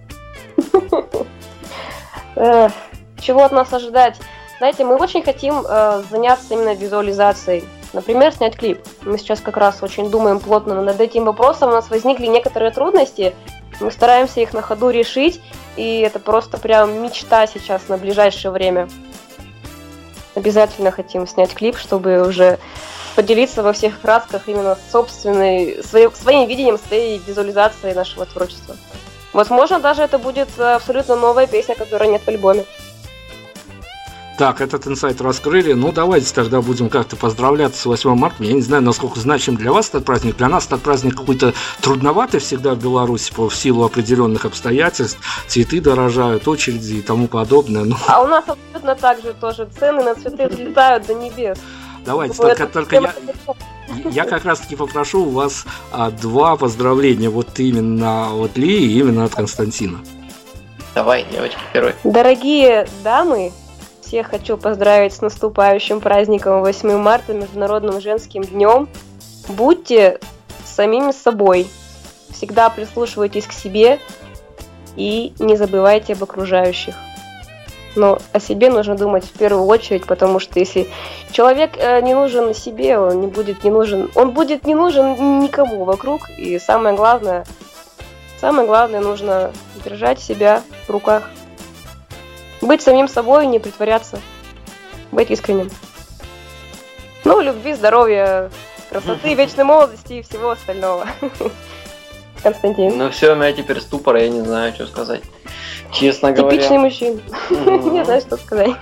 Чего от нас ожидать? Знаете, мы очень хотим заняться именно визуализацией. Например, снять клип. Мы сейчас как раз очень думаем плотно над этим вопросом, у нас возникли некоторые трудности, мы стараемся их на ходу решить, и это просто прям мечта сейчас на ближайшее время. Обязательно хотим снять клип, чтобы уже поделиться во всех красках именно собственной, своим, своим видением, своей визуализацией нашего творчества. Возможно, даже это будет абсолютно новая песня, которая нет в альбоме. Так, этот инсайт раскрыли. Ну, давайте тогда будем как-то поздравляться с восьмым марта. Я не знаю, насколько значим для вас этот праздник. Для нас этот праздник какой-то трудноватый всегда в Беларуси по в силу определенных обстоятельств. Цветы дорожают, очереди и тому подобное. Ну... А у нас абсолютно так же тоже. Цены на цветы взлетают до небес. Давайте, ну, только, только я, я как раз-таки попрошу у вас а, два поздравления. Вот именно от Лии и именно от Константина. Давай, девочки, первый. Дорогие дамы, всех хочу поздравить с наступающим праздником восьмого марта, Международным женским днем. Будьте самими собой, всегда прислушивайтесь к себе и не забывайте об окружающих. Но о себе нужно думать в первую очередь, потому что если человек не нужен себе, он не будет не нужен, он будет не нужен никому вокруг. И самое главное, самое главное, нужно держать себя в руках. Быть самим собой, не притворяться, быть искренним. Ну, любви, здоровья, красоты, вечной молодости и всего остального. Константин. Ну все, у меня теперь ступор, я не знаю, что сказать. Честно говоря. Типичный мужчина. Не знаю, что сказать.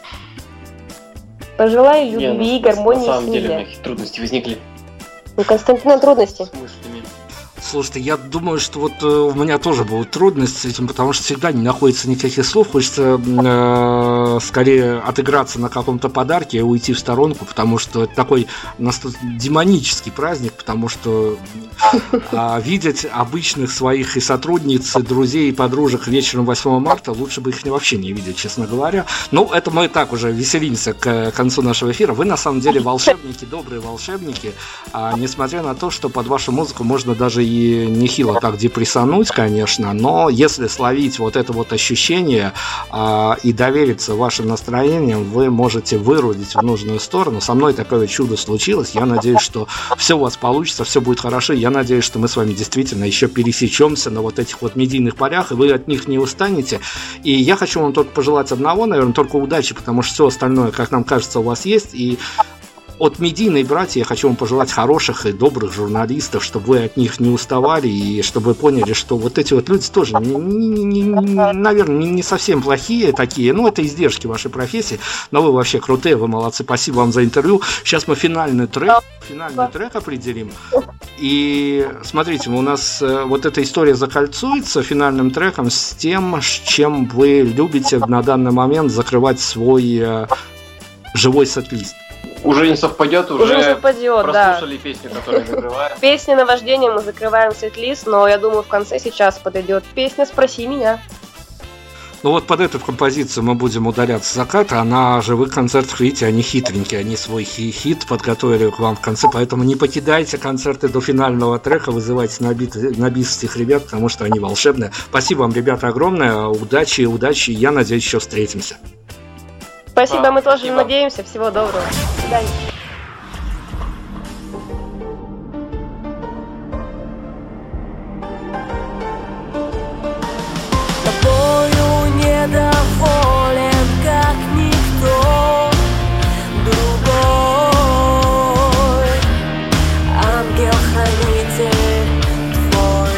Пожелай любви, гармонии, на самом деле у меня какие трудности возникли. У Константина трудности. С мыслями. Слушайте, я думаю, что вот э, у меня тоже будут трудности с этим, потому что всегда не находится никаких слов. Хочется э, скорее отыграться на каком-то подарке и уйти в сторонку, потому что это такой демонический праздник, потому что э, видеть обычных своих и сотрудниц, и друзей, и подружек вечером восьмого марта, лучше бы их вообще не видеть, честно говоря. Ну, это мы так уже веселимся к концу нашего эфира. Вы на самом деле волшебники, добрые волшебники, а, несмотря на то, что под вашу музыку можно даже и И нехило так депрессануть, конечно, но если словить вот это вот ощущение э, и довериться вашим настроениям, вы можете вырулить в нужную сторону. Со мной такое чудо случилось. Я надеюсь, что все у вас получится, все будет хорошо. Я надеюсь, что мы с вами действительно еще пересечемся на вот этих вот медийных полях, и вы от них не устанете. И я хочу вам только пожелать одного, наверное, только удачи, потому что все остальное, как нам кажется, у вас есть. И от медийной братья я хочу вам пожелать хороших и добрых журналистов, чтобы вы от них не уставали и чтобы вы поняли, что вот эти вот люди тоже, не, не, не, не, наверное, не, не совсем плохие такие, ну, это издержки вашей профессии, но вы вообще крутые, вы молодцы, спасибо вам за интервью. Сейчас мы финальный трек, финальный трек определим. И смотрите, у нас вот эта история закольцуется финальным треком с тем, с чем вы любите на данный момент закрывать свой живой сет-лист. Уже не совпадет, уже, уже совпадет, прослушали да. песню, которую закрываем. Песни наваждения мы закрываем сет-лист, но я думаю, в конце сейчас подойдет песня «Спроси меня». Ну вот под эту композицию мы будем удаляться с заката, а на живых концертах, видите, они хитренькие, они свой хит подготовили к вам в конце, поэтому не покидайте концерты до финального трека, вызывайте на бис этих ребят, потому что они волшебные. Спасибо вам, ребята, огромное, удачи, удачи, я надеюсь, еще встретимся. Спасибо, да, мы тоже спасибо. надеемся, всего доброго. До свидания. Недоволен, как никто другой, ангел-хранитель твой.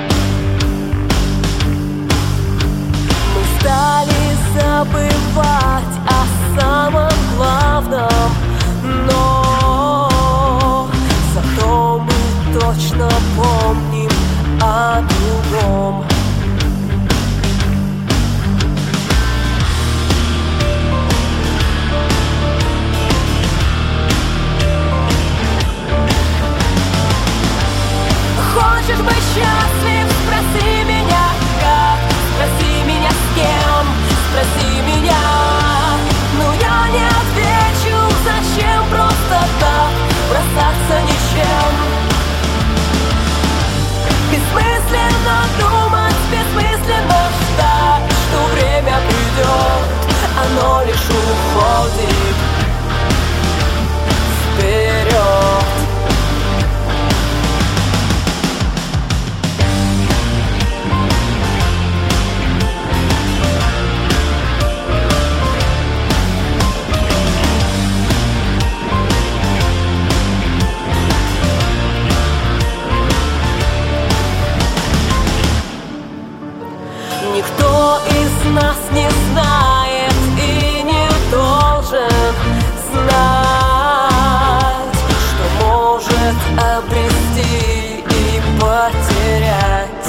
Мы стали забывать о самом главном, но зато мы точно помним о другом. Хочешь быть счастлив, спроси меня как, спроси меня с кем, спроси меня. Но я не отвечу, зачем просто так бросаться ничем. Бессмысленно думать, бессмысленно ждать, что время придет, оно лишь уходит вперед. Никто из нас не знает и не должен знать, что может обрести и потерять.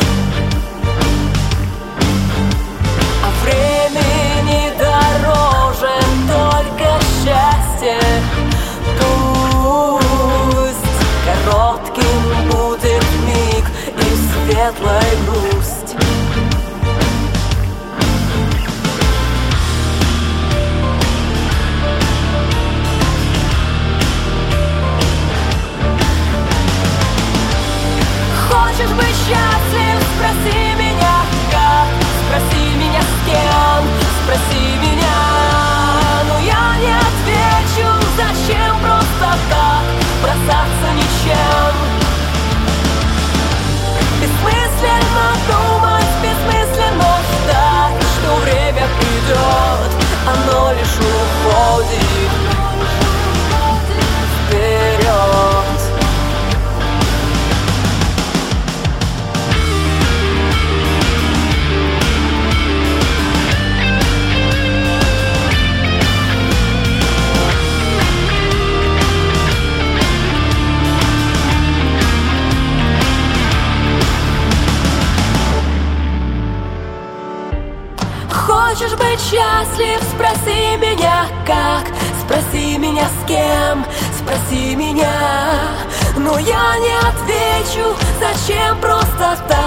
А времени дороже только счастье. Пусть коротким будет миг и светлая грусть. Хочешь быть счастлив, спроси меня как, спроси меня с кем, спроси меня. Но я не отвечу, зачем просто так бросаться ничем. Бессмысленно думать, бессмысленно ждать, что время придет, оно лишь уходит вперед. Хочешь быть счастлив, спроси меня как, спроси меня с кем, спроси меня. Но я не отвечу, зачем просто так